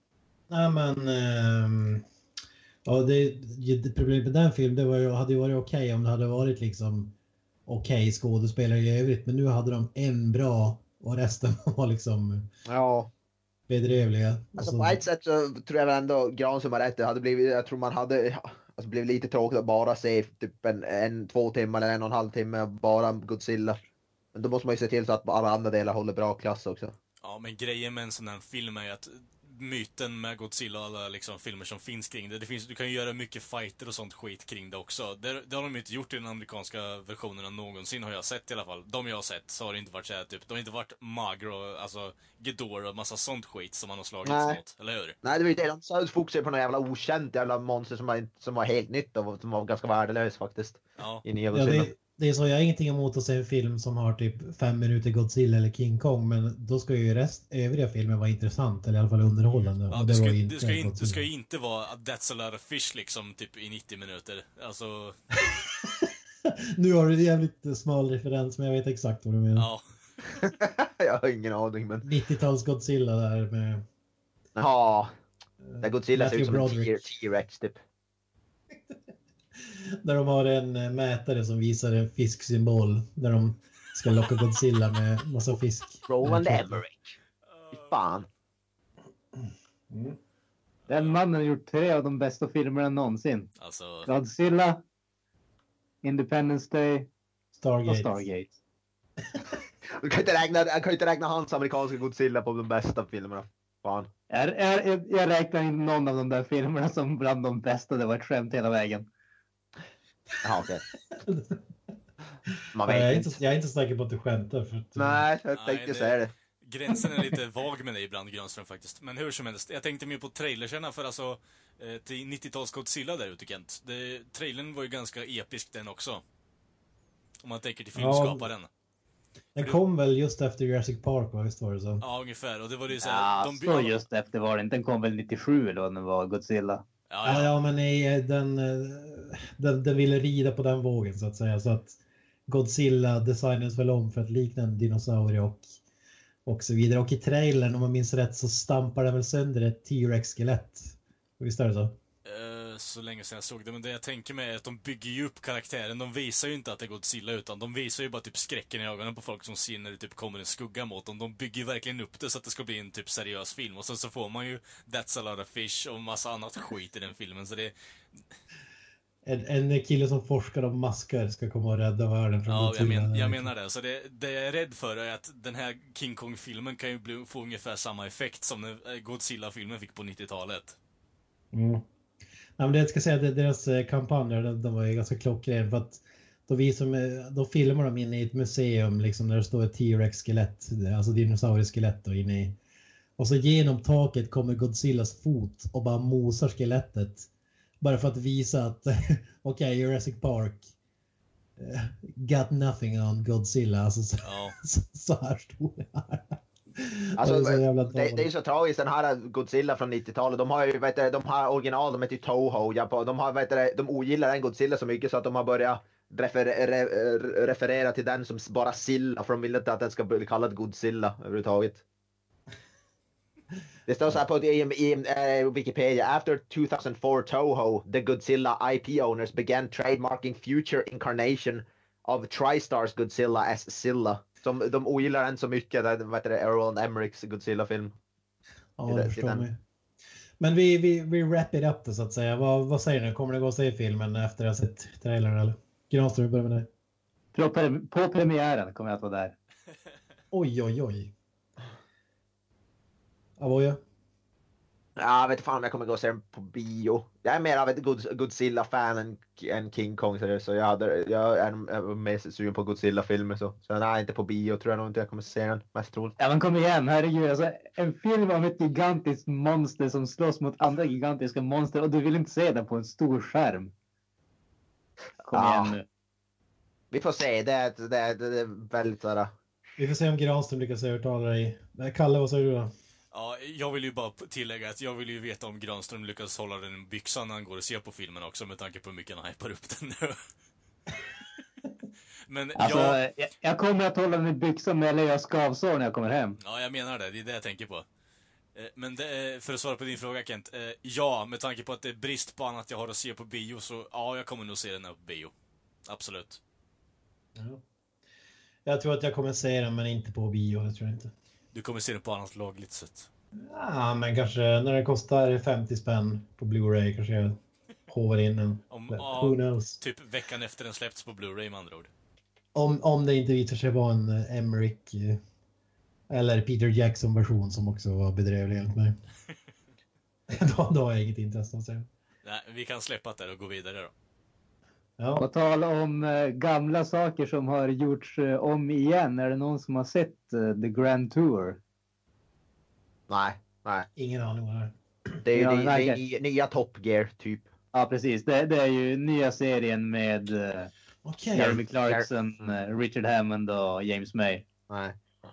S5: nej men... ehm, ja, det, det problemet med den filmen, det var ju, hade ju varit okej om det hade varit liksom okej skådespelare i övrigt. Men nu hade de en bra och resten var liksom
S1: Ja.
S5: bedrövliga.
S1: Alltså
S5: Och
S1: på
S5: så-
S1: ett sätt så tror jag väl ändå Granström har rätt. Det hade blivit, jag tror man hade, alltså blivit lite tråkigt att bara se typ en, en två timmar eller en och en halv timme bara Godzilla. Men då måste man ju se till så att alla andra delar håller bra klass också.
S2: Ja, men grejen med en sån här film är ju att myten med Godzilla och alla liksom filmer som finns kring det, det finns, du kan ju göra mycket fighter och sånt skit kring det också. Det, det har de inte gjort i den amerikanska versionen någonsin, har jag sett i alla fall. De jag har sett så har det inte varit så här, typ, de har inte varit Magro, alltså Ghidorah och massa sånt skit som man har slagits
S1: Nej.
S2: mot, eller hur?
S1: Nej, det var ju det. De fokuserade på några jävla okänt jävla monster som var, som var helt nytt och som var ganska värdelös faktiskt.
S2: Ja.
S1: i nya
S5: Ja,
S1: Godzilla.
S5: det, det är så, jag har ingenting emot att se en film som har typ fem minuter Godzilla eller King Kong, men då ska ju rest, övriga filmer vara intressant eller i alla fall underhållande.
S2: Ja,
S5: och
S2: det,
S5: det,
S2: ska,
S5: var ju
S2: det,
S5: inte
S2: ska inte, det
S5: Godzilla.
S2: ska ju inte vara That's a lot of fish liksom typ i nittio minuter. Alltså...
S5: Nu har du en jävligt smal referens, men jag vet exakt vad du menar.
S2: Ja.
S1: Jag har ingen aning, men...
S5: nittio-tals Godzilla där med...
S1: Ja, där Godzilla ser ut som en
S5: Matthew
S1: T- T-Rex typ.
S5: Där de har en eh, mätare som visar en fisksymbol. Där de ska locka Godzilla med massa fisk.
S1: Roland Emmerich. Fy fan.
S5: Mm.
S3: Den mannen har gjort tre av de bästa filmerna någonsin.
S2: Alltså...
S3: Godzilla, Independence Day
S5: Stargate.
S3: och Stargate.
S1: Du kan inte räkna, jag kan inte räkna hans amerikanska Godzilla på de bästa filmerna. Fan.
S3: Jag, jag, jag, jag räknar inte någon av de där filmerna som bland de bästa. Det var ett skämt hela vägen.
S1: Jaha, okej. Man
S5: Nej, jag, är
S1: vet
S5: inte,
S1: inte.
S5: jag är inte säker på att du skämtar. För att,
S1: Nej, jag
S2: Nej,
S1: tänkte
S2: det-
S1: säga det.
S2: Gränsen är lite vag med dig ibland, Granström, faktiskt. Men hur som helst, jag tänkte mer på trailersarna för alltså eh, till nittio-tals Godzilla där ute, Kent. Det, trailern var ju ganska episk den också. Om man tänker till filmskaparen.
S5: Den kom väl just efter Jurassic Park, va? Visst var det så?
S2: Ja, ungefär. Och det var det så här,
S3: Ja,
S2: de
S3: så
S2: by-
S3: just efter var den. Den kom väl nittiosju eller vad den var, Godzilla.
S2: Ja,
S5: Ja,
S2: ja.
S5: ja men nej, den, eh, den, den ville rida på den vågen så att säga. Så att Godzilla designades väl om för att likna en dinosaurie och, och så vidare. Och i trailern, om man minns rätt, så stampar den väl sönder ett T-Rex-skelett. Visst är det så?
S2: Eh, så länge sedan jag såg det. Men det jag tänker mig är att de bygger ju upp karaktären. De visar ju inte att det är Godzilla, utan de visar ju bara typ skräcken i ögonen på folk som ser när det typ kommer en skugga mot dem. De bygger ju verkligen upp det så att det ska bli en typ seriös film. Och sen så får man ju That's a lot of fish och massa annat skit i den filmen. Så det...
S5: En, en kille som forskar om maskar ska komma och rädda världen från
S2: Ja, jag,
S5: Godzilla.
S2: men, jag menar det. Så det, det jag är rädd för är att den här King Kong-filmen kan ju bli, få ungefär samma effekt som den eh, Godzilla-filmen fick på nittiotalet.
S5: Mm. Ja, men det jag ska säga att deras eh, kampanjer, de, de var ju ganska klockren för att då, visar de, då filmar de inne i ett museum liksom, där det står ett T-Rex-skelett, alltså dinosaurieskelett och inne i. Och så genom taket kommer Godzillas fot och bara mosar skelettet. Bara för att visa att okej, okay, Jurassic Park uh, got nothing on Godzilla. Alltså så,
S2: Ja.
S5: så, så här stor det här.
S1: Alltså,
S5: det, är så jävla
S1: det, det är ju så tragiskt, den här Godzilla från nittiotalet, de har ju, vet du, de har original, de heter ju Toho, Japan, de har, vet du, de ogillar den Godzilla så mycket så att de har börjat refer, re, referera till den som bara Silla, för de vill inte att den ska bli kallad Godzilla överhuvudtaget. Det står så här på i, i, i Wikipedia. After two thousand four Toho, the Godzilla I P owners began trademarking future incarnation of TriStars Godzilla as Silla. Som de ogillar den så mycket, det vad heter det, Roland Emmerichs Godzilla-film.
S5: Ja,
S1: det-
S5: jag förstår
S1: den.
S5: mig. Men vi, vi, vi wrap it up det så att säga. Vad, vad säger ni? Kommer ni gå och se filmen efter att ha sett trailern eller? Granström, börja med dig.
S3: På, pre- på premiären kommer jag att vara där.
S5: Oj, oj, oj. Avoya?
S1: Ja, jag vet fan om jag kommer gå och se den på bio. Jag är mer av ett God- Godzilla-fan än, än King Kong, så, så jag, hade, jag är jag är mer sugen på Godzilla-filmer. Så, så nej, inte på bio tror jag nog inte jag kommer se den, mest troligt.
S3: Ja men kom igen, herregud. Alltså, en film om ett gigantiskt monster som slåss mot andra gigantiska monster och du vill inte se den på en stor skärm. Kom
S1: Ja.
S3: igen nu.
S1: Vi får se, det är, det är, det är väldigt sådär.
S5: Vi får se om Granström lyckas övertala dig. Nej, Kalle, vad säger du då?
S2: Ja, jag vill ju bara tillägga att jag vill ju veta om Granström lyckas hålla den i byxan när han går och ser på filmen också, med tanke på hur mycket han hypar upp den nu. Men
S3: Alltså,
S2: ja,
S3: jag, jag kommer att hålla mig i byxan med eller jag skavsår när jag kommer hem.
S2: ja, jag menar det. Det är det jag tänker på. Eh, Men det, är- för att svara på din fråga, Kent. eh, Ja, med tanke på att det är brist på annat jag har att se på bio, så ja, jag kommer nog se den här på bio. Absolut.
S5: Ja. Jag tror att jag kommer se den, men inte på bio. Det tror jag inte.
S2: Du kommer se den på annat lagligt sätt.
S5: Ja, men kanske när det kostar femtio spänn på Blu-ray kanske jag hovar in en.
S2: Om,
S5: Who
S2: ja,
S5: knows?
S2: typ veckan efter den släppts på Blu-ray, med andra ord.
S5: Om, om det inte visar sig vara en eh, Emmerich eh, eller Peter Jackson-version som också var bedrövlig enligt mig. då, då har jag inget intresse att säga.
S2: Nej, vi kan släppa det och gå vidare då.
S5: Ja.
S3: På tal om eh, gamla saker som har gjorts eh, om igen. Är det någon som har sett eh, The Grand Tour?
S1: Nej, nej.
S5: Ingen aning vad det är.
S1: Det är ju
S3: Ja,
S1: det, det är
S3: verkligen.
S1: nya, nya Top Gear typ.
S3: Ja, precis. Det, det är ju nya serien med eh,
S5: Okej.
S3: Jeremy Clarkson, eh, Richard Hammond och James May.
S1: Nej.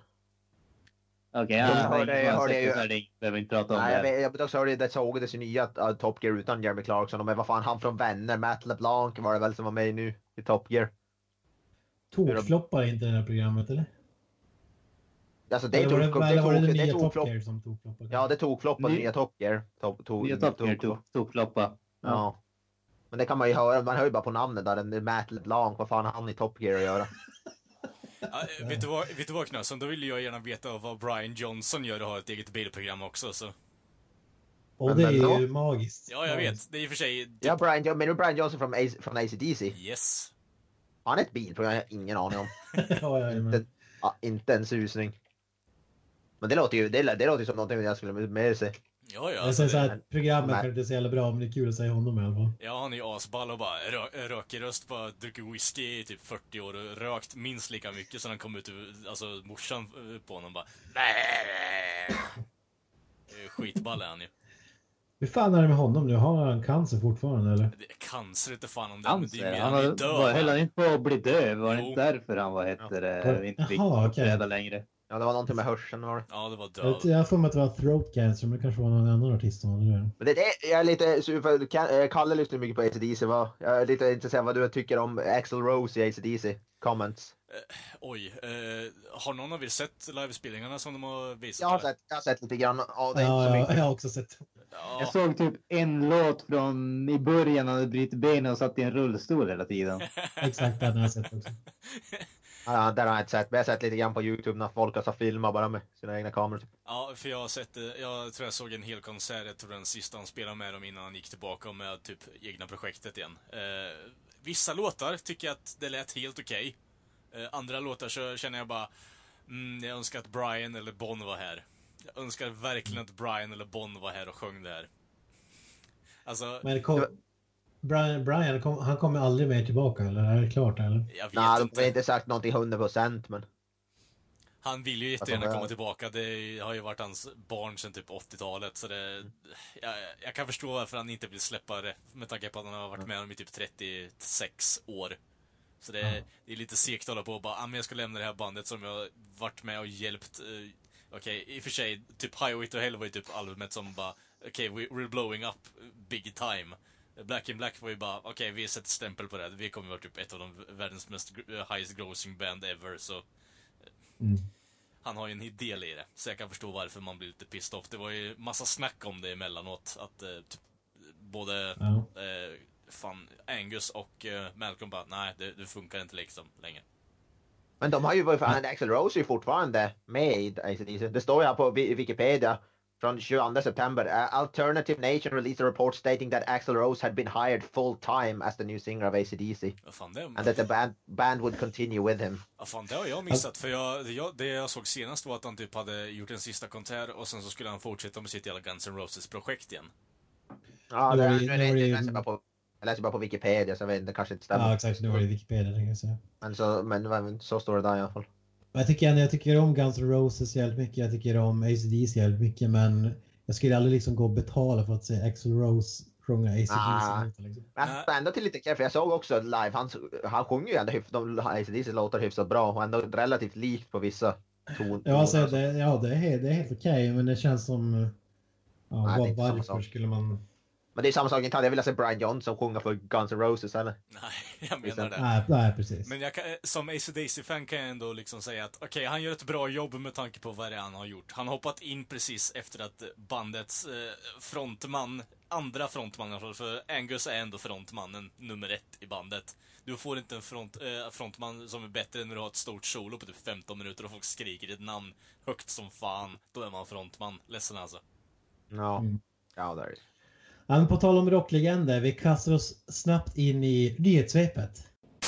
S3: Okej, okay,
S1: Jag
S3: ja,
S1: hörde- jag hörde ju-
S3: det behöver inte prata om
S1: Nej, jag,
S3: det.
S1: vet- jag vet också hörde det sågades ju nya uh, Top Gear utan Jeremy Clarkson. Men vad fan, han från Vänner, Matt LeBlanc var det väl som var med nu i Top Gear.
S5: Tokfloppar inte det här programmet eller?
S1: Alltså det
S5: Eller var det,
S1: tog,
S5: eller
S1: det
S5: var det
S1: tog,
S5: den
S1: det
S5: nya
S1: tog
S5: Top
S1: flopp.
S5: Gear som tokfloppade?
S1: Ja, det tog flopp på
S3: Ny-
S1: nya Top Gear. Top, tog,
S3: Nya Top Gear
S1: tog-
S3: tog, tog floppa.
S1: Ja. Men det kan man ju höra, man hör ju bara på namnet där, den Matt LeBlanc, vad fan har han i Top Gear att göra?
S2: Ja, vet, du vad, vet du vad Knösen? Då vill jag gärna veta vad Brian Johnson gör och har ett eget bilprogram också. Så.
S5: Och det är
S1: Men-
S5: ju magiskt.
S2: Ja, jag vet. Det är i och för sig...
S1: Ja, Brian, men nu Brian Johnson från, A- från A C D C.
S2: Yes.
S1: Han är ett bilprogram, jag har ingen aning om.
S5: ja, ja, men.
S1: inte, ja, inte en susning. Men det låter ju, det, det låter ju som någonting jag skulle med sig.
S2: Ja, ja.
S5: Jag
S2: Alltså,
S5: säger så
S2: det,
S5: här, programmet
S1: Nej.
S5: kanske inte är så jävla bra, men det är kul att säga honom i alla fall.
S2: ja, han är ju asball och bara rö, röker röst, bara druckit whisky i typ fyrtio år och rökt minst lika mycket sen han kom ut ur, alltså morsan på honom bara nej. Skitball är han ju.
S5: Hur fan är det med honom nu? Har han cancer fortfarande eller?
S2: Det är cancer inte fan om det, men det är
S3: Cancer.
S2: mer
S3: Han
S2: han är
S3: var,
S2: död.
S3: var, höll han inte på att bli död? Var det
S2: Jo.
S3: inte därför han var, hette det, inte fick
S5: Jaha, okej.
S3: uppträda längre?
S1: Ja, det var någonting med hörseln var det.
S2: Ja, det var
S5: Jag
S2: död.
S5: jag har för mig att det var throat cancer, men det kanske var någon annan artist som hade det.
S1: Men det, det jag är lite sur för Ka- eh, Kalle lyssnar mycket på A C D C, va? Jag är lite intresserad av vad du tycker om Axl Rose i A C D C. Comments.
S2: Oj, eh, har någon av er sett livespelningarna som de har visat?
S1: Jag har sett, jag har sett lite grann av det.
S5: Ja,
S1: inte så
S5: ja,
S1: mycket.
S5: jag har också sett.
S2: Ja,
S3: Jag såg typ en låt från i början när han bryter benen och satt i en rullstol hela tiden.
S5: Exakt den har jag sett också.
S1: Ja, där har jag inte sett. Men jag har sett lite grann på YouTube när folk har filmat bara med sina egna kameror. Typ.
S2: ja, för jag har sett det. Jag tror jag såg en hel konsert. Jag tror den sista han spelade med dem innan han gick tillbaka med typ egna projektet igen. Eh, vissa låtar tycker jag att det lät helt okej. Eh, andra låtar så känner jag bara mm, jag önskar att Brian eller Bon var här. Jag önskar verkligen att Brian eller Bon var här och sjöng det här. Alltså,
S5: Men kom, Brian, Brian kom, han kommer aldrig mer tillbaka, eller är det klart? Eller?
S2: jag vet
S1: Nej, de
S2: inte.
S1: har inte sagt någonting hundra procent, men...
S2: Han vill ju jättegärna
S1: Alltså,
S2: komma
S1: det-
S2: tillbaka. Det har ju varit hans barn sedan typ åttiotalet. Så det, jag, jag kan förstå varför han inte vill släppa det. Med tanke på att han har varit med dem i typ trettiosex år. Så det, det är lite segt att hålla på och bara, ah, men jag ska lämna det här bandet som jag varit med och hjälpt. Uh, Okej, okay, i och för sig, typ Highway to Hell var ju typ albumet som bara, okej, okay, we, we're blowing up big time. Black in Black var ju bara, okej, okay, vi sätter stämpel på det. Vi kommer vara typ ett av de världens mest uh, highest grossing band ever, så...
S5: Mm.
S2: Han har ju en del i det, så jag kan förstå varför man blir lite pissed off. Det var ju massa snack om det emellanåt, att eh, typ, både
S5: Ja.
S2: eh, fan, Angus och eh, Malcolm bara, nej, det, det funkar inte liksom längre.
S1: Men de har ju varit fan, Axl Rose är ju fortfarande med i A C D C. Det står ju här på Wi- Wikipedia från tjugoandra september. Uh, Alternative Nation released a report stating that Axl Rose had been hired full time as the new singer of A C D C.
S2: Vad fan, det,
S1: And that the band, band would continue with him.
S2: vad fan, det har jag missat, för jag, det, jag, det jag såg senast var att han typ hade gjort en sista konsert och sen så skulle han fortsätta med sitt jävla Guns N' Roses-projekt igen.
S1: Ja,
S5: Nu
S1: det,
S5: var
S1: nu
S5: det-
S1: är
S5: nu
S1: det,
S5: var det-
S1: jag läser bara på, jag läser bara på Wikipedia, så jag vet inte, det kanske inte stämmer.
S5: Ja, exakt. Det var det i Wikipedia, tänkte jag säga.
S1: Men, så, men, men så står det där i alla fall.
S5: Men jag tycker ändå, jag tycker om Guns N' Roses jävligt mycket. Jag tycker om A C D C jävligt mycket, men jag skulle aldrig liksom gå och betala för att se Axl Rose sjunga A C D C.
S1: Ah.
S5: Liksom.
S1: Men
S2: Nej.
S1: ändå till lite kul, för jag såg också live, han, han sjunger ju ändå hyfsat, de A C D C låtar hyfsat bra och ändå relativt likt på vissa ton.
S5: Ja, alltså,
S1: toner.
S5: det, ja det, är, helt- det är helt okej, men det känns som... Ja,
S1: Nej, det är
S5: var,
S1: inte samma
S5: varför
S1: sak.
S5: skulle man...
S1: Men det är samma sak, inte hade jag velat se Brian Johnson sjunga för Guns N' Roses eller?
S2: Nej, jag menar det.
S5: Nej, nej precis.
S2: Men jag kan, som A C D C-fan kan jag ändå liksom säga att okej, okay, han gör ett bra jobb med tanke på vad det är han har gjort. Han har hoppat in precis efter att bandets eh, frontman, andra frontman i alla fall, för Angus är ändå frontmannen nummer ett i bandet. Du får inte en front, eh, frontman som är bättre när du har ett stort solo på typ femton minuter och folk skriker ditt namn högt som fan. Då är man frontman. Ledsen alltså.
S1: Ja,
S5: Mm.
S1: ja där är det.
S5: Ja, men på tal om rocklegender, vi kastar oss snabbt in i nyhetssvepet.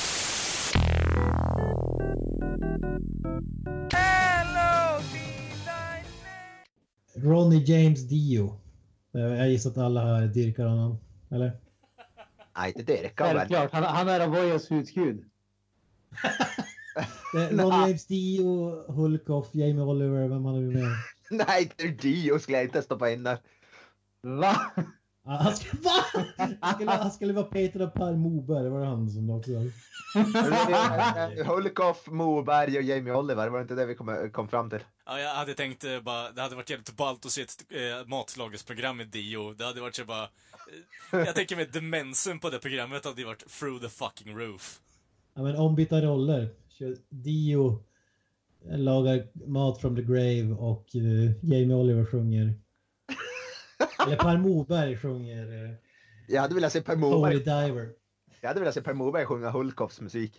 S5: Ronnie James Dio. Jag gissar att alla här dyrkar honom, eller?
S1: Nej, inte Derek väl?
S3: Självklart, han, han är Avoyas husgud.
S5: Det är Ronnie James Dio, Hulkoff, Jamie Oliver, vem hade vi med?
S1: Nej, inte Dio skulle jag inte stoppa in där.
S3: Va?
S5: Ah, han, skulle, va? Han, skulle, han skulle vara Peter och Per Moberg, var det han som också var?
S1: Hulkoff, Moberg och Jamie Oliver, var det inte det vi kom, kom fram till?
S2: Ja, jag hade tänkt eh, bara, det hade varit jävligt ballt att se ett eh, matlagningsprogram i Dio. Det hade varit så bara, eh, jag tänker med demensen på det programmet hade det varit through the fucking roof.
S5: Ja, men ombytta roller. Dio lagar mat from the grave och uh, Jamie Oliver sjunger. Eller Per Moberg sjunger. Uh,
S1: jag hade velat se Per Moberg.
S5: Diver.
S1: Jag hade velat se Per Moberg sjunga Hulkoffs musik.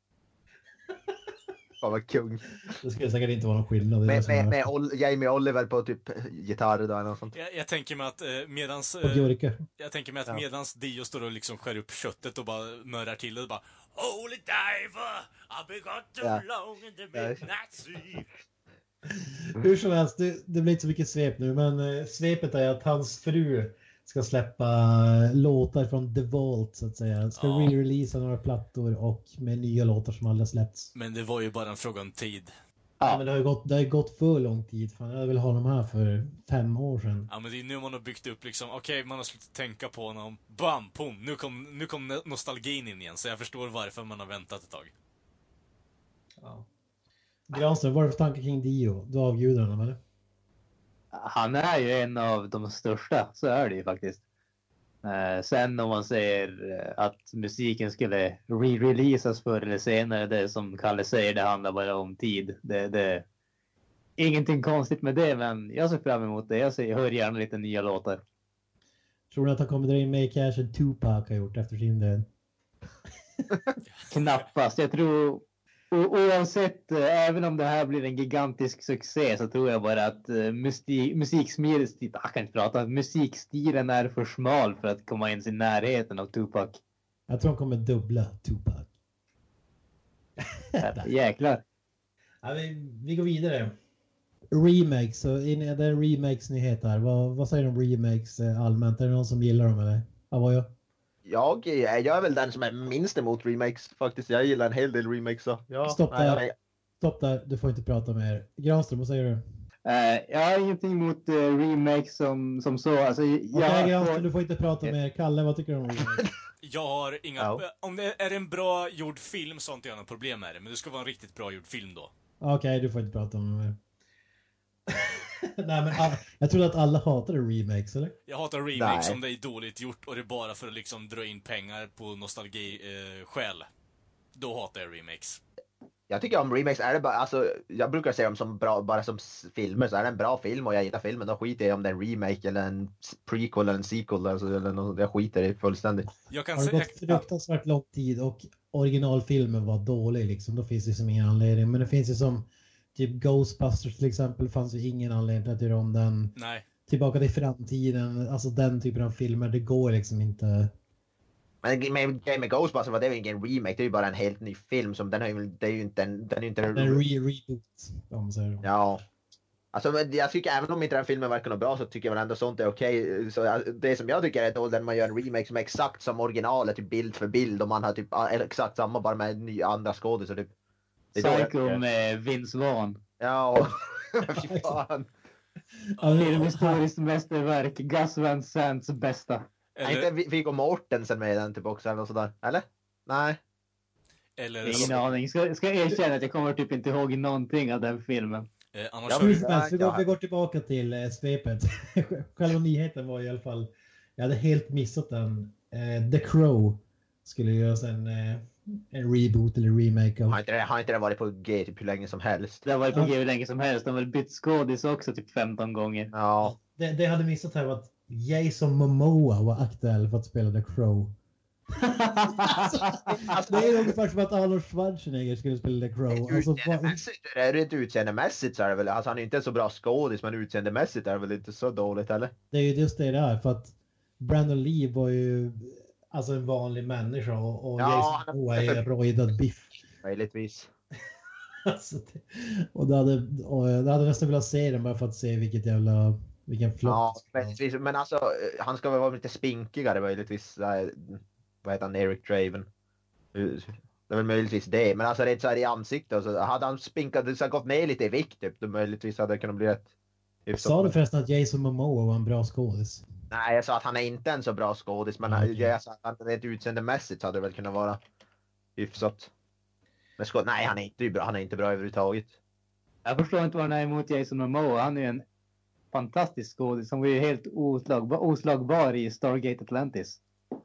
S1: Fan vad kung.
S5: Det skulle säkert inte vara någon skillnad.
S1: Med, med, med Ol- Jamie Oliver på typ gitarr då, eller något sånt.
S2: Jag, jag tänker mig att eh, medans...
S5: Och Björka.
S2: Jag tänker mig att
S1: Ja.
S2: medans Dio står och liksom skär upp köttet och bara mörar till det och bara Holy diver, I've been gone too
S1: Ja.
S2: long in the midnight sea.
S5: Hur som helst, det, det blir inte så mycket svep nu, men eh, svepet är att hans fru ska släppa eh, låtar från The Vault, så att säga. Ska
S2: Ja.
S5: re-releasa några plattor och med nya låtar som aldrig släppts.
S2: Men det var ju bara en fråga om tid.
S5: Ja, men det har ju gått, det har ju gått för lång tid. Fan, jag vill ha dem här för fem år sedan.
S2: Ja, men det är nu man har byggt upp liksom, okej, okay, man har slutat tänka på honom. Bam, pum, nu kom, nu kom nostalgin in igen. Så jag förstår varför man har väntat ett tag.
S5: Ja. Granström, vad är det för tankar kring Dio? Du avgudar honom, eller?
S3: Han är ju en av de största, så är det ju faktiskt. Eh, sen om man säger eh, att musiken skulle re-releasas förr eller senare, det som Kalle säger, det handlar bara om tid. Det, det ingenting konstigt med det, men jag ser fram emot det. Jag, ser, jag hör gärna lite nya låtar.
S5: Tror du att han kommer dra in mer cash än Tupac har gjort efter sin död?
S3: Knappast. Jag tror, o- oavsett, eh, även om det här blir en gigantisk succé, så tror jag bara att eh, musik, musiksmilet, jag kan inte prata, musikstilen är för smal för att komma ens i närheten av Tupac.
S5: Jag tror han kommer dubbla Tupac.
S3: Jäklar.
S5: Ja, vi, vi går vidare. Remakes, så in, det är remakes-nyhet här. Vad, vad säger du om remakes eh, allmänt? Är det någon som gillar dem eller? Ja, vad jag?
S1: Jag, jag är väl den som är minst emot remakes faktiskt. Jag gillar en hel del remakes så. Ja,
S5: Stopp
S1: nej,
S5: där.
S1: nej.
S5: Stopp där, du får inte prata mer. Granström, vad säger du?
S3: Eh, jag har ingenting emot uh, remakes som, som så. Alltså,
S5: Okej,
S3: jag
S5: Granström,
S3: får-
S5: du får inte prata mer. Kalle, vad tycker du om remakes?
S2: Jag har inga...
S1: Ja.
S2: Om det är en bra gjord film så har inte jag några problem med det. Men det ska vara en riktigt bra gjord film då.
S5: Okej, du får inte prata om mer. Nej, men all, jag trodde att alla hatade remakes, eller?
S2: Jag hatar remakes
S1: Nej.
S2: om det är dåligt gjort och det är bara för att liksom dra in pengar på nostalgi-skäl. Eh, då hatar jag remakes.
S1: Jag tycker om remakes, är det bara, alltså, jag brukar se dem som bra, bara som s- filmer, så är det en bra film och jag gillar filmen, då skiter jag om det är en remake eller en s- prequel eller en sequel, alltså, eller något, jag skiter i fullständigt.
S2: Jag kan
S5: Har det
S2: säga...
S5: gått fruktansvärt lång tid och originalfilmen var dålig liksom, då finns det som ingen anledning. Men det finns ju som typ Ghostbusters till exempel, fanns ju ingen anledning att göra om den.
S2: Nej.
S5: Tillbaka till framtiden, alltså den typen av filmer, det går liksom inte.
S1: Men med, med Ghostbusters var det ju ingen remake, det är ju bara en helt ny film som den har ju, det är ju inte en, den är ju inte
S5: En re- reboot, om man säger.
S1: Ja. Alltså men jag tycker även om inte den filmen verkar något bra så tycker jag väl ändå sånt är okej. Så jag- det som jag tycker är dåligt när man gör en remake som är exakt som originalet, typ bild för bild och man har typ ah, exakt samma bara med nya andra skådisar typ. Det är då jag-
S3: Psycho med Vince Vaughn.
S1: Ja, fy fan.
S3: Filmhistoriskt mästerverk. Gus Van Sants bästa.
S1: Är
S2: Eller,
S1: inte Viggo Mortensen med i den typ också eller något sådär? Eller? Nej.
S2: eller
S3: Ingen aning. Ska, ska erkänna att jag kommer typ inte ihåg någonting av den filmen.
S2: eh, annars
S1: Ja,
S2: har
S5: Hur
S2: vi...
S5: som helst, vi,
S1: Ja.
S5: går, vi går tillbaka till eh, svepet. Själva nyheten var i alla fall, jag hade helt missat den. Eh, The Crow skulle göras en, eh, en reboot eller remake av.
S1: Har inte, det, har inte det varit på G typ hur länge som helst?
S3: Det har varit på
S5: Ja.
S3: G hur länge som helst. De har väl bytt skådis också typ femton gånger.
S1: Ja.
S5: Det, det jag hade missat här var att Jason Momoa var aktuell för att spela The Crow. Det är ungefär som att Arnold Schwarzenegger skulle spela The Crow. Alltså, vad,
S1: Utseendemässigt, är det inte utseendemässigt så är det väl, alltså han är inte så bra skådis men utseendemässigt är det väl inte så dåligt eller?
S5: det är ju just det där, för att Brandon Lee var ju alltså en vanlig människa och, och
S1: Ja,
S5: Jason Momoa är en rojdad biff.
S1: Möjligtvis.
S5: Alltså, det, och det hade, och jag hade nästan velat se den bara för att se vilket jävla, vilken flopp.
S1: Ja, möjligtvis. Men alltså han ska väl vara lite spinkigare möjligtvis. Äh, vad heter han? Eric Draven. Det är väl möjligtvis det. Men alltså det är så här i ansiktet. Så hade han spinkat, så gått ner lite i vikt typ, då möjligtvis hade det kunnat bli ett...
S5: Sa du förresten att Jason Momoa var en bra skådis?
S1: Nej, jag sa att han är inte en så bra skådis, men
S5: Mm.
S1: jag sa att han rent utseendemässigt hade det väl kunnat vara hyfsat. Men skåd... nej, han är inte bra. Han är inte bra överhuvudtaget.
S3: Jag förstår inte vad han är emot Jason Momoa. Han är en fantastisk skådis som var ju helt oslagbar, oslagbar i Stargate Atlantis.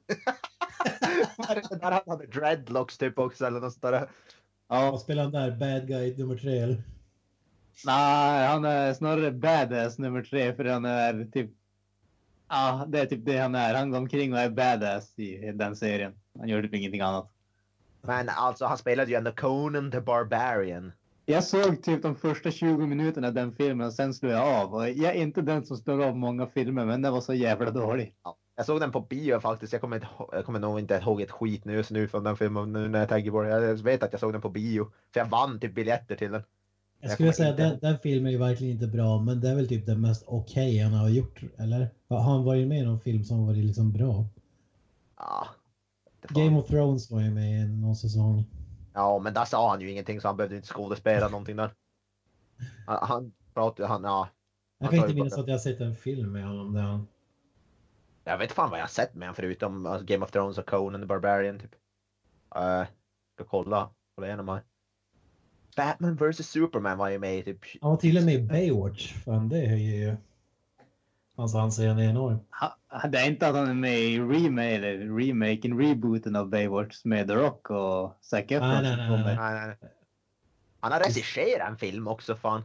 S1: Där han hade dreadlocks typ också eller något sådär.
S3: Ja,
S5: Och spelar han där bad guy nummer tre eller?
S3: nej, han är snarare badass nummer tre för han är typ... Ja, det är typ det han är. Han går omkring och är badass i den serien. Han gör typ ingenting annat.
S1: Men alltså han spelade ju ändå Conan the Barbarian.
S3: Jag såg typ de första tjugo minuterna av den filmen och sen slog jag av. Och jag är inte den som slår av många filmer, men den var så jävla dålig.
S1: Ja, jag såg den på bio faktiskt. Jag kommer, inte, jag kommer nog inte ihåg ett skit nu just nu från den filmen nu när jag tänker på det. Jag vet att jag såg den på bio. För jag vann typ biljetter till den.
S5: Jag skulle
S1: Jag
S5: säga att
S1: kommer
S5: den, den filmen är ju verkligen inte bra, men det är väl typ det mest okej okay han har gjort, eller? Har han varit med i någon film som har varit liksom bra?
S1: Ja. det fan.
S5: Game of Thrones var ju med i någon säsong.
S1: Ja, men där sa han ju ingenting så han behövde inte skådespela någonting där. Han, han pratade, han, ja.
S5: Jag
S1: Han
S5: kan
S1: tar
S5: inte
S1: ju
S5: minnas
S1: bara-
S5: att jag har sett en film med honom där han...
S1: Jag vet fan vad jag har sett med honom förutom alltså, Game of Thrones och Conan the Barbarian typ. Uh, ska kolla, kolla igenom här. Batman versus Superman var ju med i typ...
S5: Han var till och med i Baywatch. Fan, det höjer ju hans anseende enormt.
S3: Ha, det är inte att han är med i remake, eller remaken, rebooten av Baywatch med The Rock och Zac Efron.
S5: Nej, nej, nej, nej.
S1: Nej, nej, nej. Han har regisserat en film också fan.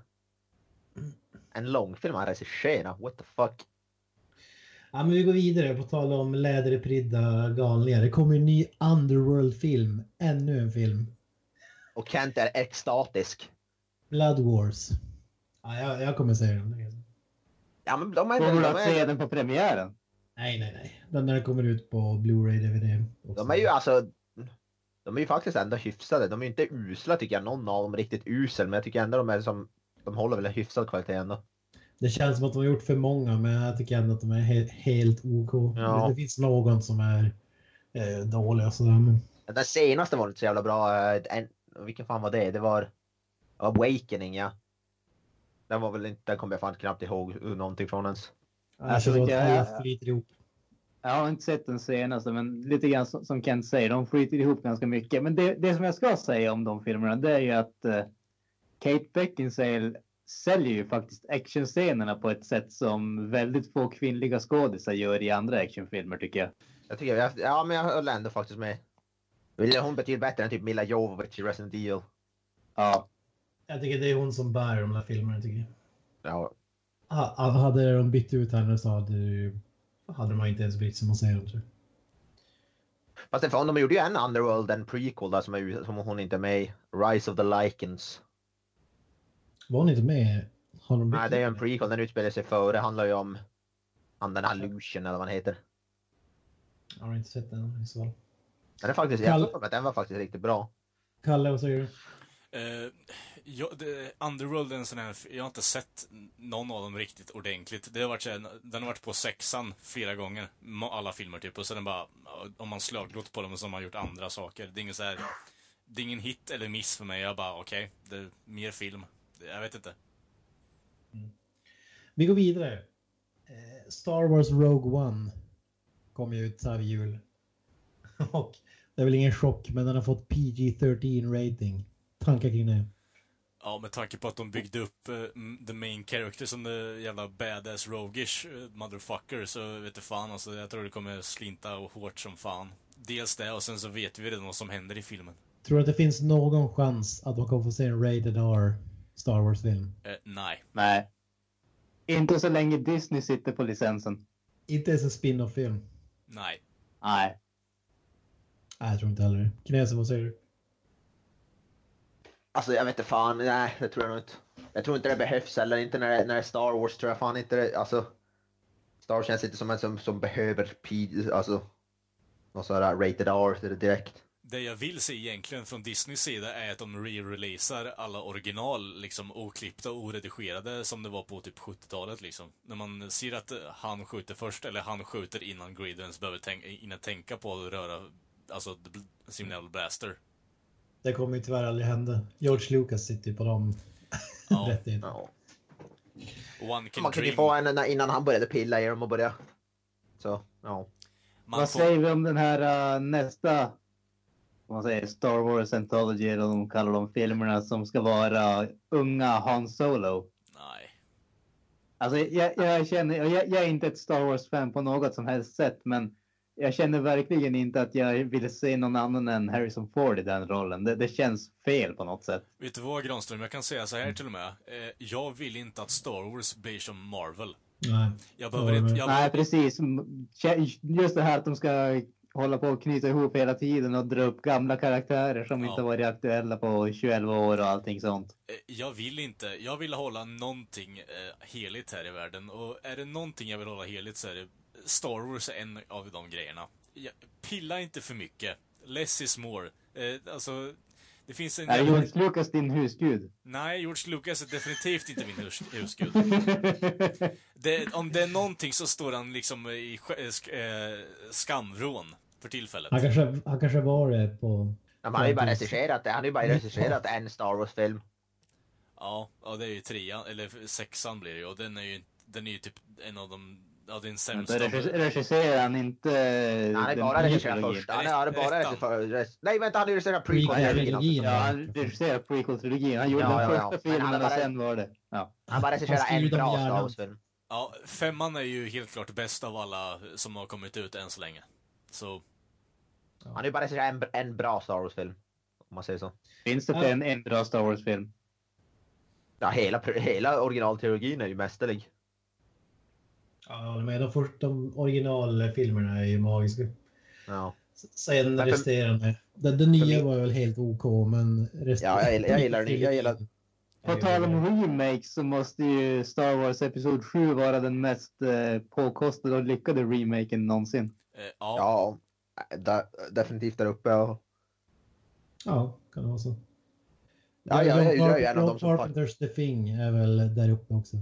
S1: En långfilm han regisserat, what the fuck.
S5: Ja, men vi går vidare på tal om läderprydda galningar. Det kommer en ny Underworld-film. Ännu en film.
S1: Och Kent är extatisk.
S5: Blood Wars. Ja, jag, jag kommer säga den.
S1: Ja men de är...
S3: Kommer du
S1: De
S3: att se
S1: är,
S3: den på premiären?
S5: Nej, nej, nej. Den där kommer ut på Blu-ray D V D. också.
S1: de är ju alltså... De är ju faktiskt ändå hyfsade. De är ju inte usla tycker jag. Någon av dem är riktigt usel. Men jag tycker ändå de är som... De håller väl en hyfsad kvalitet ändå.
S5: Det känns som att de har gjort för många, men jag tycker ändå att de är he- helt OK.
S1: Ja.
S5: Det, det finns någon som är eh, dålig och sådär. Men...
S1: Den senaste var inte så jävla bra. eh, En, vilken fan var det? Det var Awakening, ja. Den var väl inte... Den kommer jag fan knappt ihåg någonting från ens.
S5: Alltså,
S3: jag-
S5: det
S3: jag-
S5: flyter ihop.
S3: Jag har inte sett den senaste, men lite grann som som Kent säger, de flyter ihop ganska mycket. Men det, det som jag ska säga om de filmerna, det är ju att eh, Kate Beckinsale säljer ju faktiskt actionscenerna på ett sätt som väldigt få kvinnliga skådisar gör i andra actionfilmer tycker jag.
S1: Jag tycker... Jag, ja, men jag höll ändå faktiskt med. Vill hon betyder bättre än typ Mila Jovovich i Resident Evil.
S3: Ja.
S5: Jag tycker det är hon som bär de där filmerna, tycker jag.
S1: Ja.
S5: Ha- Hade de bytt ut henne så hade, ju- hade man inte ens brytt sig om att säga dem, tror jag.
S1: Fast det fan, de gjorde ju en Underworld, en prequel där som, är, som hon inte är med i. Rise of the Lycans.
S5: Var hon inte med? Har de bytt
S1: Nej, det är ju
S5: ut
S1: en prequel. Den utspelar sig före. Det handlar ju om han den här Lucian eller vad han heter.
S5: Jag har inte sett den i så fall.
S1: Den är faktiskt, jag tror att den var faktiskt riktigt bra.
S5: Kalle, vad säger du?
S2: Eh, ja, det, Underworld är en sån här, jag har inte sett någon av dem riktigt ordentligt. Det har varit så här, den har varit på sexan flera gånger, må- alla filmer typ, och sen bara, om man slagglott på dem så har man gjort andra saker. Det är ingen så här, det är ingen hit eller miss för mig. Jag bara, okej, okay, det är mer film. Jag vet inte.
S5: Vi går vidare. Eh, Star Wars Rogue One kom ju ut så här vid jul. Och det är väl ingen chock, men den har fått P G tretton rating. Tankar kring det?
S2: Ja, med tanke på att de byggde upp uh, the main character som det jävla badass roguish uh, motherfucker, så vet du fan alltså, jag tror det kommer slinta och hårt som fan. Dels det, och sen så vet vi redan vad som händer i filmen.
S5: Tror du att det finns någon chans att man kommer få se en rated R Star Wars-film?
S2: Uh, nej.
S3: Nej. Inte så länge Disney sitter på licensen.
S5: Inte ens en spin-off-film?
S2: Nej.
S3: Nej.
S5: Nej, jag tror inte heller det. Knäsen, vad säger du?
S1: Alltså jag vet inte fan, nej det tror jag nog inte. Jag tror inte det behövs eller inte när det, när det är Star Wars tror jag fan inte det, alltså. Star Wars känns inte som en som, som behöver P, alltså. Någon sån här rated R direkt.
S2: Det jag vill se egentligen från Disneys sida är att de re-releasar alla original, liksom oklippta och oredigerade som det var på typ sjuttiotalet liksom. När man ser att han skjuter först eller han skjuter innan Gridens behöver tänka, innan tänka på att röra, alltså Signal Blaster.
S5: Det kommer ju tyvärr aldrig hända. George Lucas sitter ju på dem
S2: Ja.
S5: rätt in.
S1: Ja.
S2: One can
S1: Man kunde ju
S2: dream.
S1: få en när- innan han började pilla i dem och börja Så, ja.
S2: Man
S3: Vad
S2: får...
S3: säger vi om den här uh, nästa, vad man säger, Star Wars Anthology, eller de kallar de filmerna, som ska vara unga Han Solo?
S2: Nej.
S3: Alltså jag, jag känner, jag, jag är inte ett Star Wars-fan på något som helst sätt, men jag känner verkligen inte att jag vill se någon annan än Harrison Ford i den rollen. Det, det känns fel på något sätt.
S2: Vet du vad, Granström? Jag kan säga så här till och med. Eh, jag vill inte att Star Wars blir som Marvel.
S5: Nej.
S2: Jag behöver inte... Jag
S3: Nej,
S2: behöver...
S3: precis. Just det här att de ska hålla på och knyta ihop hela tiden och dra upp gamla karaktärer som
S2: Ja.
S3: inte varit aktuella på tjugoelva år och allting sånt.
S2: Eh, Jag vill inte. Jag vill hålla någonting eh, heligt här i världen. Och är det någonting jag vill hålla heligt så är det Star Wars är en av de grejerna. Jag, pilla inte för mycket. Less is more. Eh, alltså, det finns en...
S3: Är George Lucas din husgud?
S2: Nej, George Lucas är definitivt inte min hus husgud. Det, om det är någonting så står han liksom i sk eh, skamvrån för tillfället.
S5: Han kanske, han kanske var det på...
S1: Ja, man har ju bara regisserat, han har ju bara regisserat en Star Wars-film.
S2: Ja, ja, det är ju trean, eller sexan blir det ju. Och den är ju, den är ju typ en av de... Ja, det är en sämsta.
S3: Regisserar han inte...
S1: Han har bara regisserat första. Han har bara regisserat... Nej, vänta, han har regisserat prequel-trilogin.
S3: Ja, han regisserar prequel-trilogin. Han gjorde
S1: Ja,
S3: den
S1: ja, ja.
S3: första
S1: Men
S3: filmen
S1: han
S3: och
S1: bara-
S3: sen var det. Ja.
S1: Han bara regisserat
S5: Han
S1: en
S5: styr dem
S1: bra
S5: gärna.
S1: Star Wars-film.
S2: Ja, femman är ju helt klart bäst av alla som har kommit ut än så länge. Så...
S1: Han har ju bara regisserat en, en bra Star Wars-film. Om man säger så.
S3: Finns det en, en bra Star Wars-film?
S1: Ja, hela, hela originaltrilogin är ju mästerlig.
S5: Ja, men de, första, de originalfilmerna är ju magiska.
S1: Ja.
S5: Sen
S1: Men för-
S5: resterande. Den, den nya
S1: mig-
S5: var väl helt OK, men resten...
S1: Ja, jag gillar- jag gillar den. Jag gillar-
S3: På tal om remakes så måste ju Star Wars Episod sju vara den mest eh, påkostade och lyckade remaken någonsin.
S2: Eh, ja,
S1: Ja, da, definitivt där uppe. Ja.
S5: Ja, kan det vara så.
S1: Ja, ja, jag- jag är en av dem som-
S5: Carpenter's The Thing är väl där uppe också.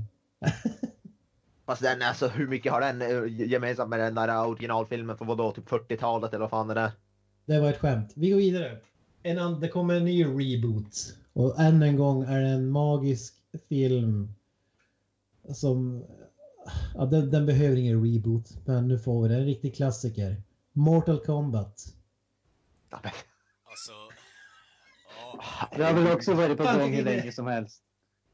S1: Fast den, alltså, hur mycket har den eh, gemensamt med den där originalfilmen för vadå, typ fyrtiotalet eller vad fan är det?
S5: Det var ett skämt. Vi går vidare. En an- det kommer en ny reboot. Och än en gång är det en magisk film som... Ja, den, den behöver ingen reboot. Men nu får vi det. En riktig klassiker. Mortal Kombat.
S1: Ja, men-
S2: alltså... Ja,
S3: Det har väl också varit på gång hur länge som helst.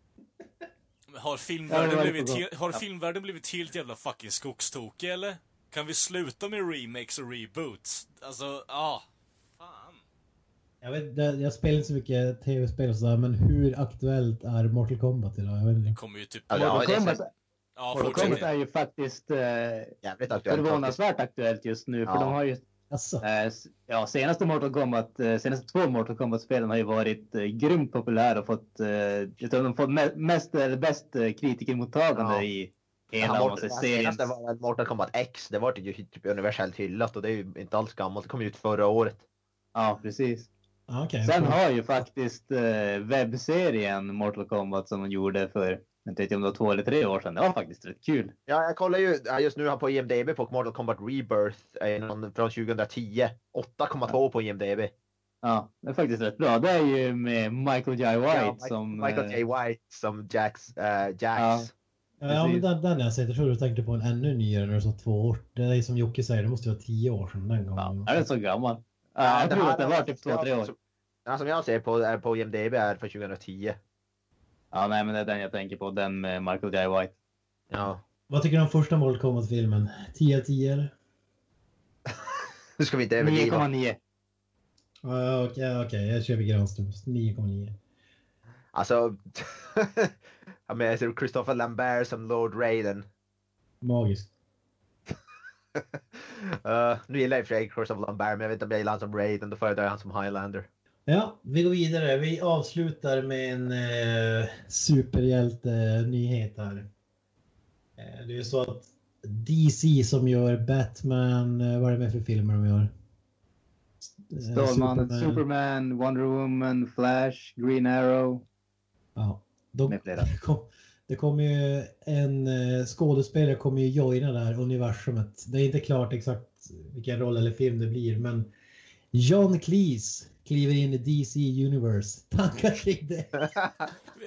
S2: men har
S3: Ja,
S2: filmvärlden,
S3: det var
S2: blivit,
S3: på gång.
S2: he- har filmvärlden blivit helt jävla fucking skogstokig, eller? Kan vi sluta med remakes och reboots? Alltså, ja. Fan.
S5: Jag, vet, det- jag spelar inte så mycket tv-spel och sådär, men hur aktuellt är Mortal Kombat idag? Jag vet
S2: Det
S5: inte.
S2: kommer ju typ...
S1: Ja,
S3: Mortal
S1: det är
S3: Kombat,
S2: Ja,
S3: Mortal Kombat
S2: fortsätt.
S3: är ju faktiskt eh,
S1: jävligt aktuellt. faktiskt.
S3: förvånansvärt aktuellt just nu. För
S1: Ja.
S3: de har ju,
S5: Alltså,
S3: eh, s- ja, senaste Mortal Kombat, eh, senaste två Mortal Kombat-spelen har ju varit eh, grymt populära och fått, eh, jag tror de fått me- mest, eller bäst eh, kritikermottagande
S1: Ja.
S3: i
S1: Ja,
S3: hela
S1: Mortal-
S3: vad man säger,
S1: den
S3: serien.
S1: senaste var väl Mortal Kombat X. Det var ju typ universellt hyllat och det är ju inte alls gammalt. Det kom ju ut förra året.
S3: Ja, precis.
S5: ja, okej.
S3: Sen har ju faktiskt eh, webbserien Mortal Kombat som de gjorde för, jag vet inte om det var två eller tre år sedan. Det var faktiskt rätt kul.
S1: Ja, jag kollar ju ja, just nu här på I M D B på Mortal Kombat Rebirth eh, någon- från tjugohundratio. åtta komma två på I M D B.
S3: Ja, det är faktiskt rätt bra. Det är ju med Michael J. White
S1: Ja, Mike-
S3: som...
S1: Michael
S3: eh,
S1: J. White som Jax. eh, Jax.
S3: Ja.
S5: Ja, ja, men den, den har jag sett. Jag tror du tänkte på en ännu nyare när du sa två år. Det är som Jocke säger, det måste vara tio år sedan den
S3: Ja,
S5: gången.
S3: är den så gammal? Ja,
S1: Ja,
S3: jag
S1: den
S3: tror
S1: här
S3: att det
S1: är-
S3: var typ två, tre år.
S1: som- Ja, som jag ser på, är på I M D B är för tjugohundratio.
S3: Ja, nej, men det är den jag tänker på. Den med Michael J. White.
S1: Ja.
S5: Vad tycker du om första Mortal Kombat-filmen? tio av tio eller?
S1: Nu ska vi inte
S3: nio
S1: överdriva.
S3: komma nio.
S5: Ja, Okej, okej, jag köper Granströms. nio komma nio.
S1: Alltså, ja, men jag ser Christopher Lambert som Lord Raiden.
S5: Magiskt.
S1: uh, nu gillar jag i och för sig Christopher Lambert, men jag vet inte om jag gillar han som Raiden. Då föredrar jag han som Highlander.
S5: Ja, vi går vidare. Vi avslutar med en eh, superhjälte-nyhet här. Eh, det är ju så att D C som gör Batman, eh, vad är det med för filmer de gör? Eh,
S3: Stålmannen, Superman, Wonder Woman, Flash, Green Arrow.
S5: Ja, de,
S3: Med flera.
S5: det, kom, det kommer ju en eh, skådespelare kommer ju joina det här universumet. Det är inte klart exakt vilken roll eller film det blir, men John Cleese kliver in i D C Universe. Tankar kring det.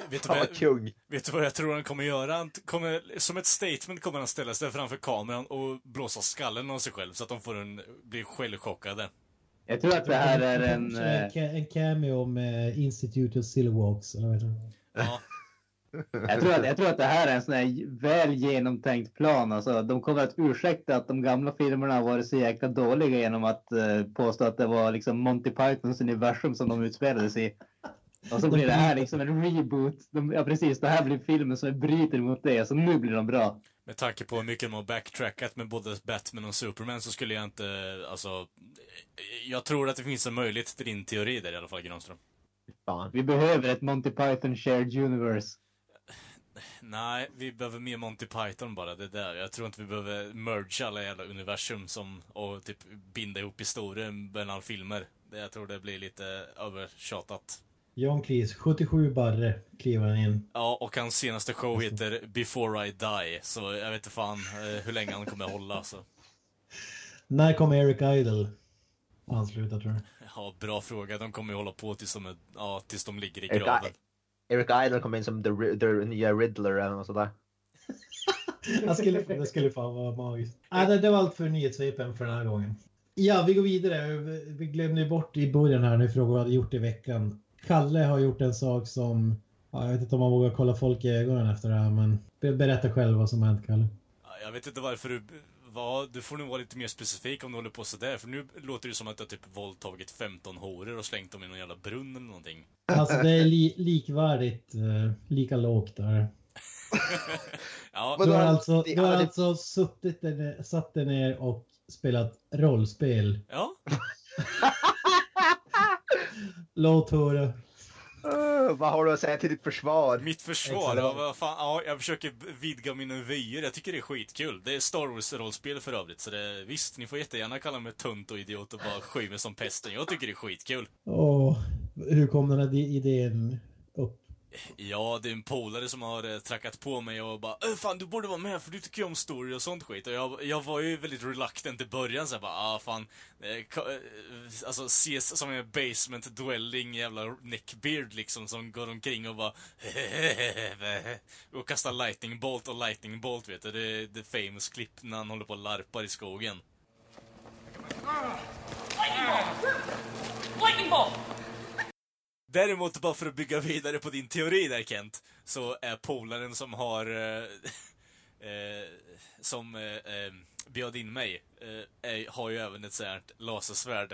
S2: vet, du
S1: Han var
S2: vad,
S1: kung.
S2: vet du vad jag tror han kommer göra? Han kommer, som ett statement kommer han ställa sig framför kameran och blåsa skallen av sig själv så att de får en, blir självchockade.
S3: Jag tror att det här är en...
S5: En, ca- en cameo med Institute of Silverwalks. Eller vad heter det?
S2: Ja.
S3: Jag tror, att, jag tror att det här är en sån här väl genomtänkt plan. Alltså, de kommer att ursäkta att de gamla filmerna har varit så jäkla dåliga genom att uh, påstå att det var liksom Monty Pythons universum som de utspelades i. Och så blir det här liksom en reboot. De, ja precis, det här blir filmen som bryter mot det. Så nu blir de bra.
S2: Med tanke på hur mycket de har backtrackat med både Batman och Superman så skulle jag inte, alltså... Jag tror att det finns en möjlighet till din teori där i alla fall, Granström.
S1: Fan.
S3: Vi behöver ett Monty Python shared universe.
S2: Nej, vi behöver mer Monty Python bara, det där. Jag tror inte vi behöver merge alla jävla universum som, och typ binda ihop historien mellan filmer. Det, jag tror det blir lite övertjatat.
S5: John Cleese, sjuttiosju barre kliver han in.
S2: Ja, och hans senaste show heter Before I Die, så jag vet inte fan eh, hur länge han kommer att hålla. Så.
S5: När kommer Eric Idle ansluta, tror du?
S2: Ja, bra fråga. De kommer ju hålla på tills de, är, ja, tills de ligger i
S1: Eric,
S2: graven.
S1: I- Eric Idle kom in som the, the nya Riddler eller något sådär.
S5: Jag skulle, det skulle fan vara magiskt. Nej, det, det var allt för nyhetssvepen för den här gången. Ja, vi går vidare. Vi, vi glömde bort i början här nu frågor vad vi hade gjort i veckan. Kalle har gjort en sak som... Ja, jag vet inte om man vågar kolla folk i ögonen efter det här, men berätta själv vad som har hänt, Kalle.
S2: Ja, jag vet inte varför du... Vad, du får nog vara lite mer specifik om du håller på sådär. För nu låter det som att du har typ våldtagit femton horor och slängt dem i någon jävla brunn eller någonting.
S5: Alltså det är li, likvärdigt, eh, lika lågt där.
S2: Ja,
S5: Du har alltså,
S1: det-
S5: du har
S1: det-
S5: alltså suttit där, satt dig ner och spelat rollspel.
S2: ja.
S5: Låt höra.
S1: Uh, vad har du att säga till ditt försvar?
S2: Mitt försvar, ja, vad fan, ja, jag försöker vidga mina vyer. Jag tycker det är skitkul. Det är Star Wars-rollspel för övrigt, så det, visst, ni får jättegärna kalla mig tunt och idiot och bara sky mig som pesten. Jag tycker det är skitkul.
S5: Åh, hur kom den här idén upp?
S2: Ja, det är en polare som har eh, trackat på mig och bara äh, fan, du borde vara med för du tycker ju om story och sånt skit. Och jag, jag var ju väldigt reluctant i början, så jag bara, ah fan eh, ka- eh, alltså ses som en basement dwelling jävla neckbeard liksom som går omkring och bara och kastar lightning bolt och lightning bolt, vet du. Det är the famous clip när han håller på och larpar i skogen.
S6: Lightning ball! Lightning ball!
S2: Däremot, bara för att bygga vidare på din teori där, Kent, så är polaren som har eh, eh, som eh, eh, bjöd in mig eh, är, har ju även ett sånt lasersvärd.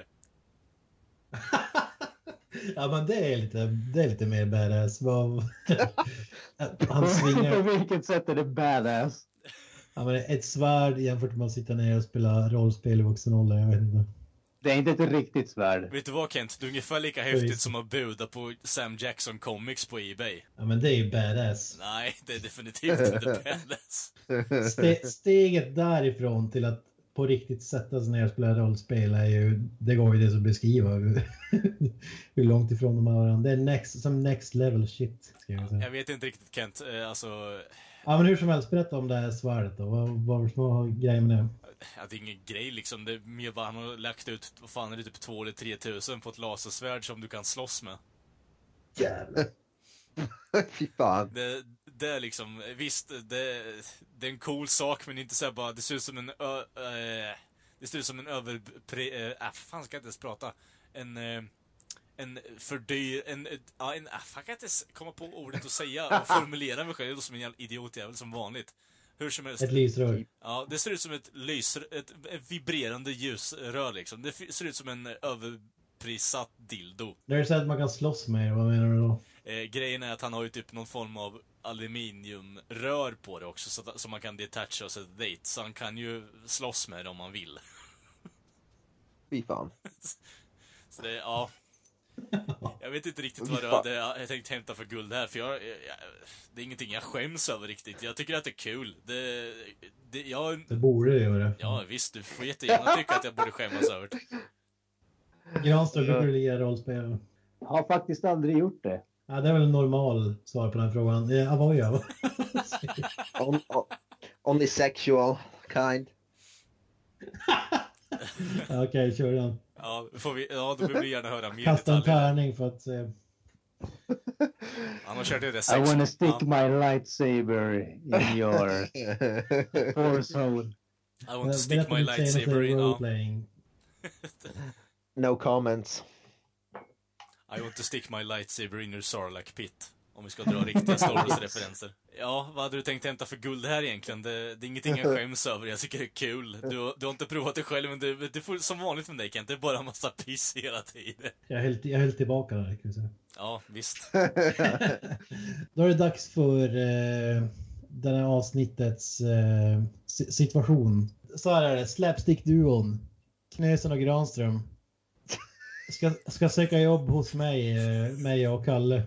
S5: Ja, men det är lite, det är lite mer badass. Vad- Han
S3: På
S5: svingar.
S3: vilket sätt är det badass?
S5: Ja, men ett svärd jämfört med att sitta ner och spela rollspel i vuxen ålder, jag vet inte.
S3: Det är inte ett riktigt svärd.
S2: Vet du vad, Kent? Det är ungefär lika häftigt som att buda på Sam Jackson Comics på eBay.
S5: Ja, men det är ju badass.
S2: Nej, det är definitivt inte badass.
S5: Ste- steget därifrån till att på riktigt sätta sig ner och spela rollspel är ju, det går ju det att beskriva hur, hur långt ifrån de är varandra. Det är next, som next level shit, ska jag säga.
S2: Jag vet inte riktigt, Kent. Eh, alltså,
S5: Ja, men hur som helst, berätta om det här svärdet då. Vad, vad, vad har grejen med det?
S2: ja, det är ingen grej liksom. Det är mer bara han har lagt ut, vad fan är det, typ två eller tre tusen på ett lasersvärd som du kan slåss med.
S1: Jävlar. Fy fan.
S2: Det, det är liksom, visst, det, det är en cool sak, men inte så här bara, det ser ut som en ö, äh, det ser ut som en över, pre, äh, fan ska jag inte ens prata, en, äh, en fördyr, en, ja, en, äh, fan kan jag inte ens komma på ordet att säga och formulera mig själv som en jävla idiotjävel som vanligt. Hur som helst.
S5: Ett lysrör.
S2: Ja, det ser ut som ett lys, ett, ett vibrerande ljusrör liksom. Det ser ut som en överprissatt dildo.
S5: Det är så att man kan slåss med, vad menar du då?
S2: Eh, grejen är att han har ju typ någon form av aluminiumrör på det också, så att, som man kan detacha och sätta dit. Så han kan ju slåss med det om man vill.
S1: Fy fan.
S2: Så det, ja. Jag vet inte riktigt vad det hade jag tänkt hämta för guld här, för jag, jag, det är ingenting jag skäms över riktigt. Jag tycker att det är kul. Det, det, jag,
S5: Det borde det göra.
S2: ja visst, du får jättegärna tycka att jag borde skämmas över det.
S5: Granström, brukar du lira rollspel?
S3: Har faktiskt aldrig gjort det.
S5: Ja, det är väl en normal svar på den frågan. Eh, Avoya, va?
S1: On, on, only sexual kind.
S5: Ja, okej, kör den.
S2: Ja, får vi, ja, då vill vi gärna höra mer
S5: Kasta en
S2: detaljer.
S5: tärning för att se.
S2: Han har kört det
S3: I
S2: sex.
S3: wanna stick
S2: Ja.
S3: my lightsaber in your force hole.
S2: I want to stick
S5: Berätta
S2: my
S5: ditt senaste
S2: lightsaber in... Ja.
S5: roleplaying.
S1: No comments.
S2: I want to stick my lightsaber in your Sarlacc pit. Om vi ska dra riktiga Star Wars-referenser. Ja, vad hade du tänkt hämta för guld här egentligen? Det, det är ingenting jag skäms över, jag tycker det är kul. Du, du har inte provat det själv, men det, det får som vanligt med dig, Kent. Det är bara en massa piss hela tiden.
S5: Jag höll, jag höll tillbaka där, kan jag säga.
S2: Ja, visst.
S5: Då är det dags för eh, den här avsnittets eh, si- situation. Så här är det, slapstick-duon Knösen och Granström ska, ska söka jobb hos mig, eh, mig och Kalle.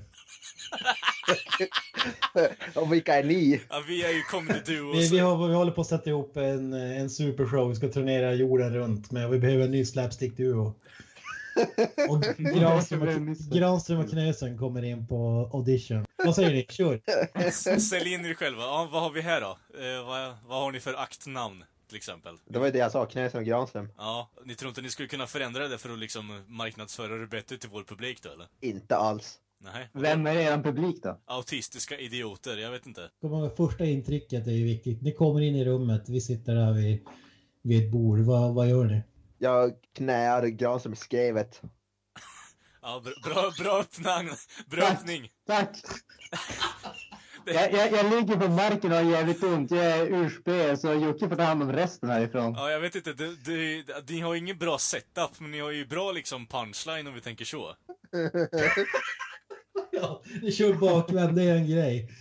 S1: Och vilka är ni?
S2: Ja, vi är ju comedy duo.
S5: Vi, vi, har, vi håller på att sätta ihop en, en supershow. Vi ska turnera jorden runt, men vi behöver en ny slapstick-duo. Och Granström och, Granström och Knösen kommer in på audition. Vad säger ni? Kör!
S2: Sälj in er själva. Ja, vad har vi här då? Eh, vad, vad har ni för aktnamn, till exempel?
S1: Det var ju det jag sa, Knösen och Granström.
S2: Ja, ni tror inte ni skulle kunna förändra det för att liksom marknadsföra det bättre till vår publik då, eller?
S1: Inte alls.
S2: Nej.
S3: Vem är er publik då?
S2: Autistiska idioter, jag vet inte.
S5: Kom ihåg, första intrycket är ju viktigt. Ni kommer in i rummet, vi sitter där vid, vid ett bord. Vad, vad gör ni?
S1: Jag knäar Granström i skrevet.
S2: Ja, bra, bra, bra öppning. Bra öppning.
S3: Tack! jag, jag, jag ligger på marken och har jävligt ont. Jag är urspel, så Jocke får ta hand om resten härifrån.
S2: Ja, jag vet inte. Det, det, det, ni har ingen bra setup, men ni har ju bra liksom punchline om vi tänker så.
S5: Ja, ni kör bakvänd, det är en grej.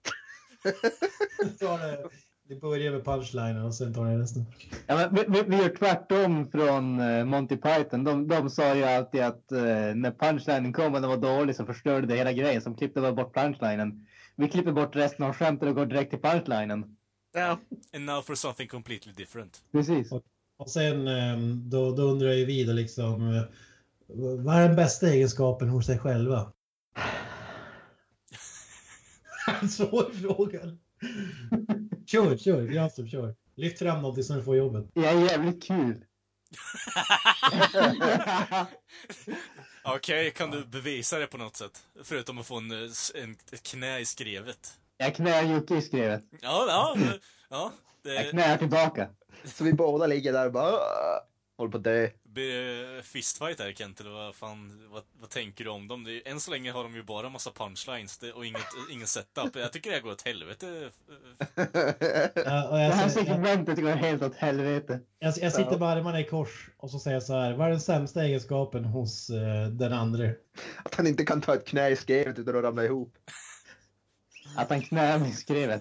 S5: Så det, det börjar med punchlinen och sen tar ni resten.
S3: Ja, men vi, vi, vi gör tvärtom från uh, Monty Python. De, de sa ju alltid att uh, när punchlinen kom och den var dålig så förstörde det hela grejen. Som klippte bara bort punchlinen. Vi klipper bort resten av skämtet och går direkt till punchlinen.
S1: Ja.
S2: And now for something completely different.
S3: Precis.
S5: Och, och sen um, då, då undrar ju vi då liksom, uh, vad är den bästa egenskapen hos sig själva? Svår fråga. Kör, kör, Granström, kör. Lyft fram någonting som du får jobbet.
S3: Jag är jävligt kul.
S2: Okej, okay, kan du bevisa det på något sätt? Förutom att få en, en, ett knä i skrevet.
S3: Jag knäar Jocke i skrevet.
S2: Ja, ja, ja. Det...
S3: Jag knäar tillbaka.
S1: Så vi båda ligger där och bara "Åh!" håller på att dö.
S2: Be, fistfight här, Kent, eller vad fan, vad, vad tänker du om dem? Det är, än så länge har de ju bara massa punchlines det, och inget, ingen setup. Jag tycker det går åt helvete.
S5: Ja, och
S3: Det
S5: jag,
S3: här
S5: jag,
S3: segmentet går helt åt helvete.
S5: jag, jag sitter med armarna i kors och så säger jag så här, vad är den sämsta egenskapen hos uh, den andra?
S1: Att han inte kan ta ett knä i skrevet utan att ramla ihop.
S3: Att han knäar mig i skrevet.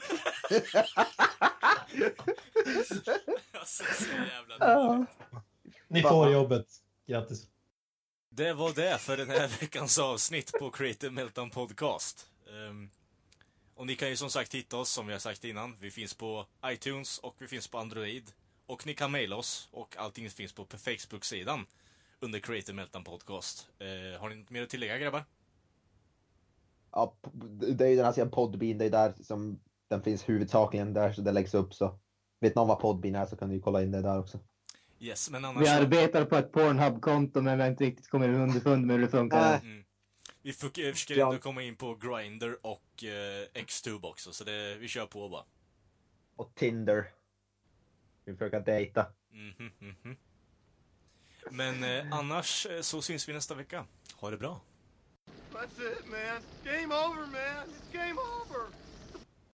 S2: Alltså, så jävla dåligt.
S5: Ni får jobbet. Grattis.
S2: Det var det för den här veckans avsnitt på Creative Meltdown Podcast. Um, och ni kan ju som sagt hitta oss, som vi har sagt innan. Vi finns på iTunes och vi finns på Android. Och ni kan mejla oss och allting finns på Facebook-sidan under Creative Meltdown Podcast. Uh, har ni något mer att tillägga, grabbar?
S1: Ja, det är ju den här sidan Podbean, det är där som den finns huvudsakligen där, så det läggs upp. Så vet någon vad Podbean är så kan ni kolla in det där också.
S2: Yes, men annars...
S3: Vi arbetar på ett Pornhub-konto men vi har inte riktigt kommit underfund med hur det funkar.
S2: Mm. Vi försöker ändå komma in på Grindr och eh, Xtube också, så det, vi kör på bara.
S1: Och Tinder. Vi försöker dejta.
S2: Mm-hmm, mm-hmm. Men eh, annars eh, så syns vi nästa vecka. Ha det bra.
S7: That's it, man. Game over, man. It's game over.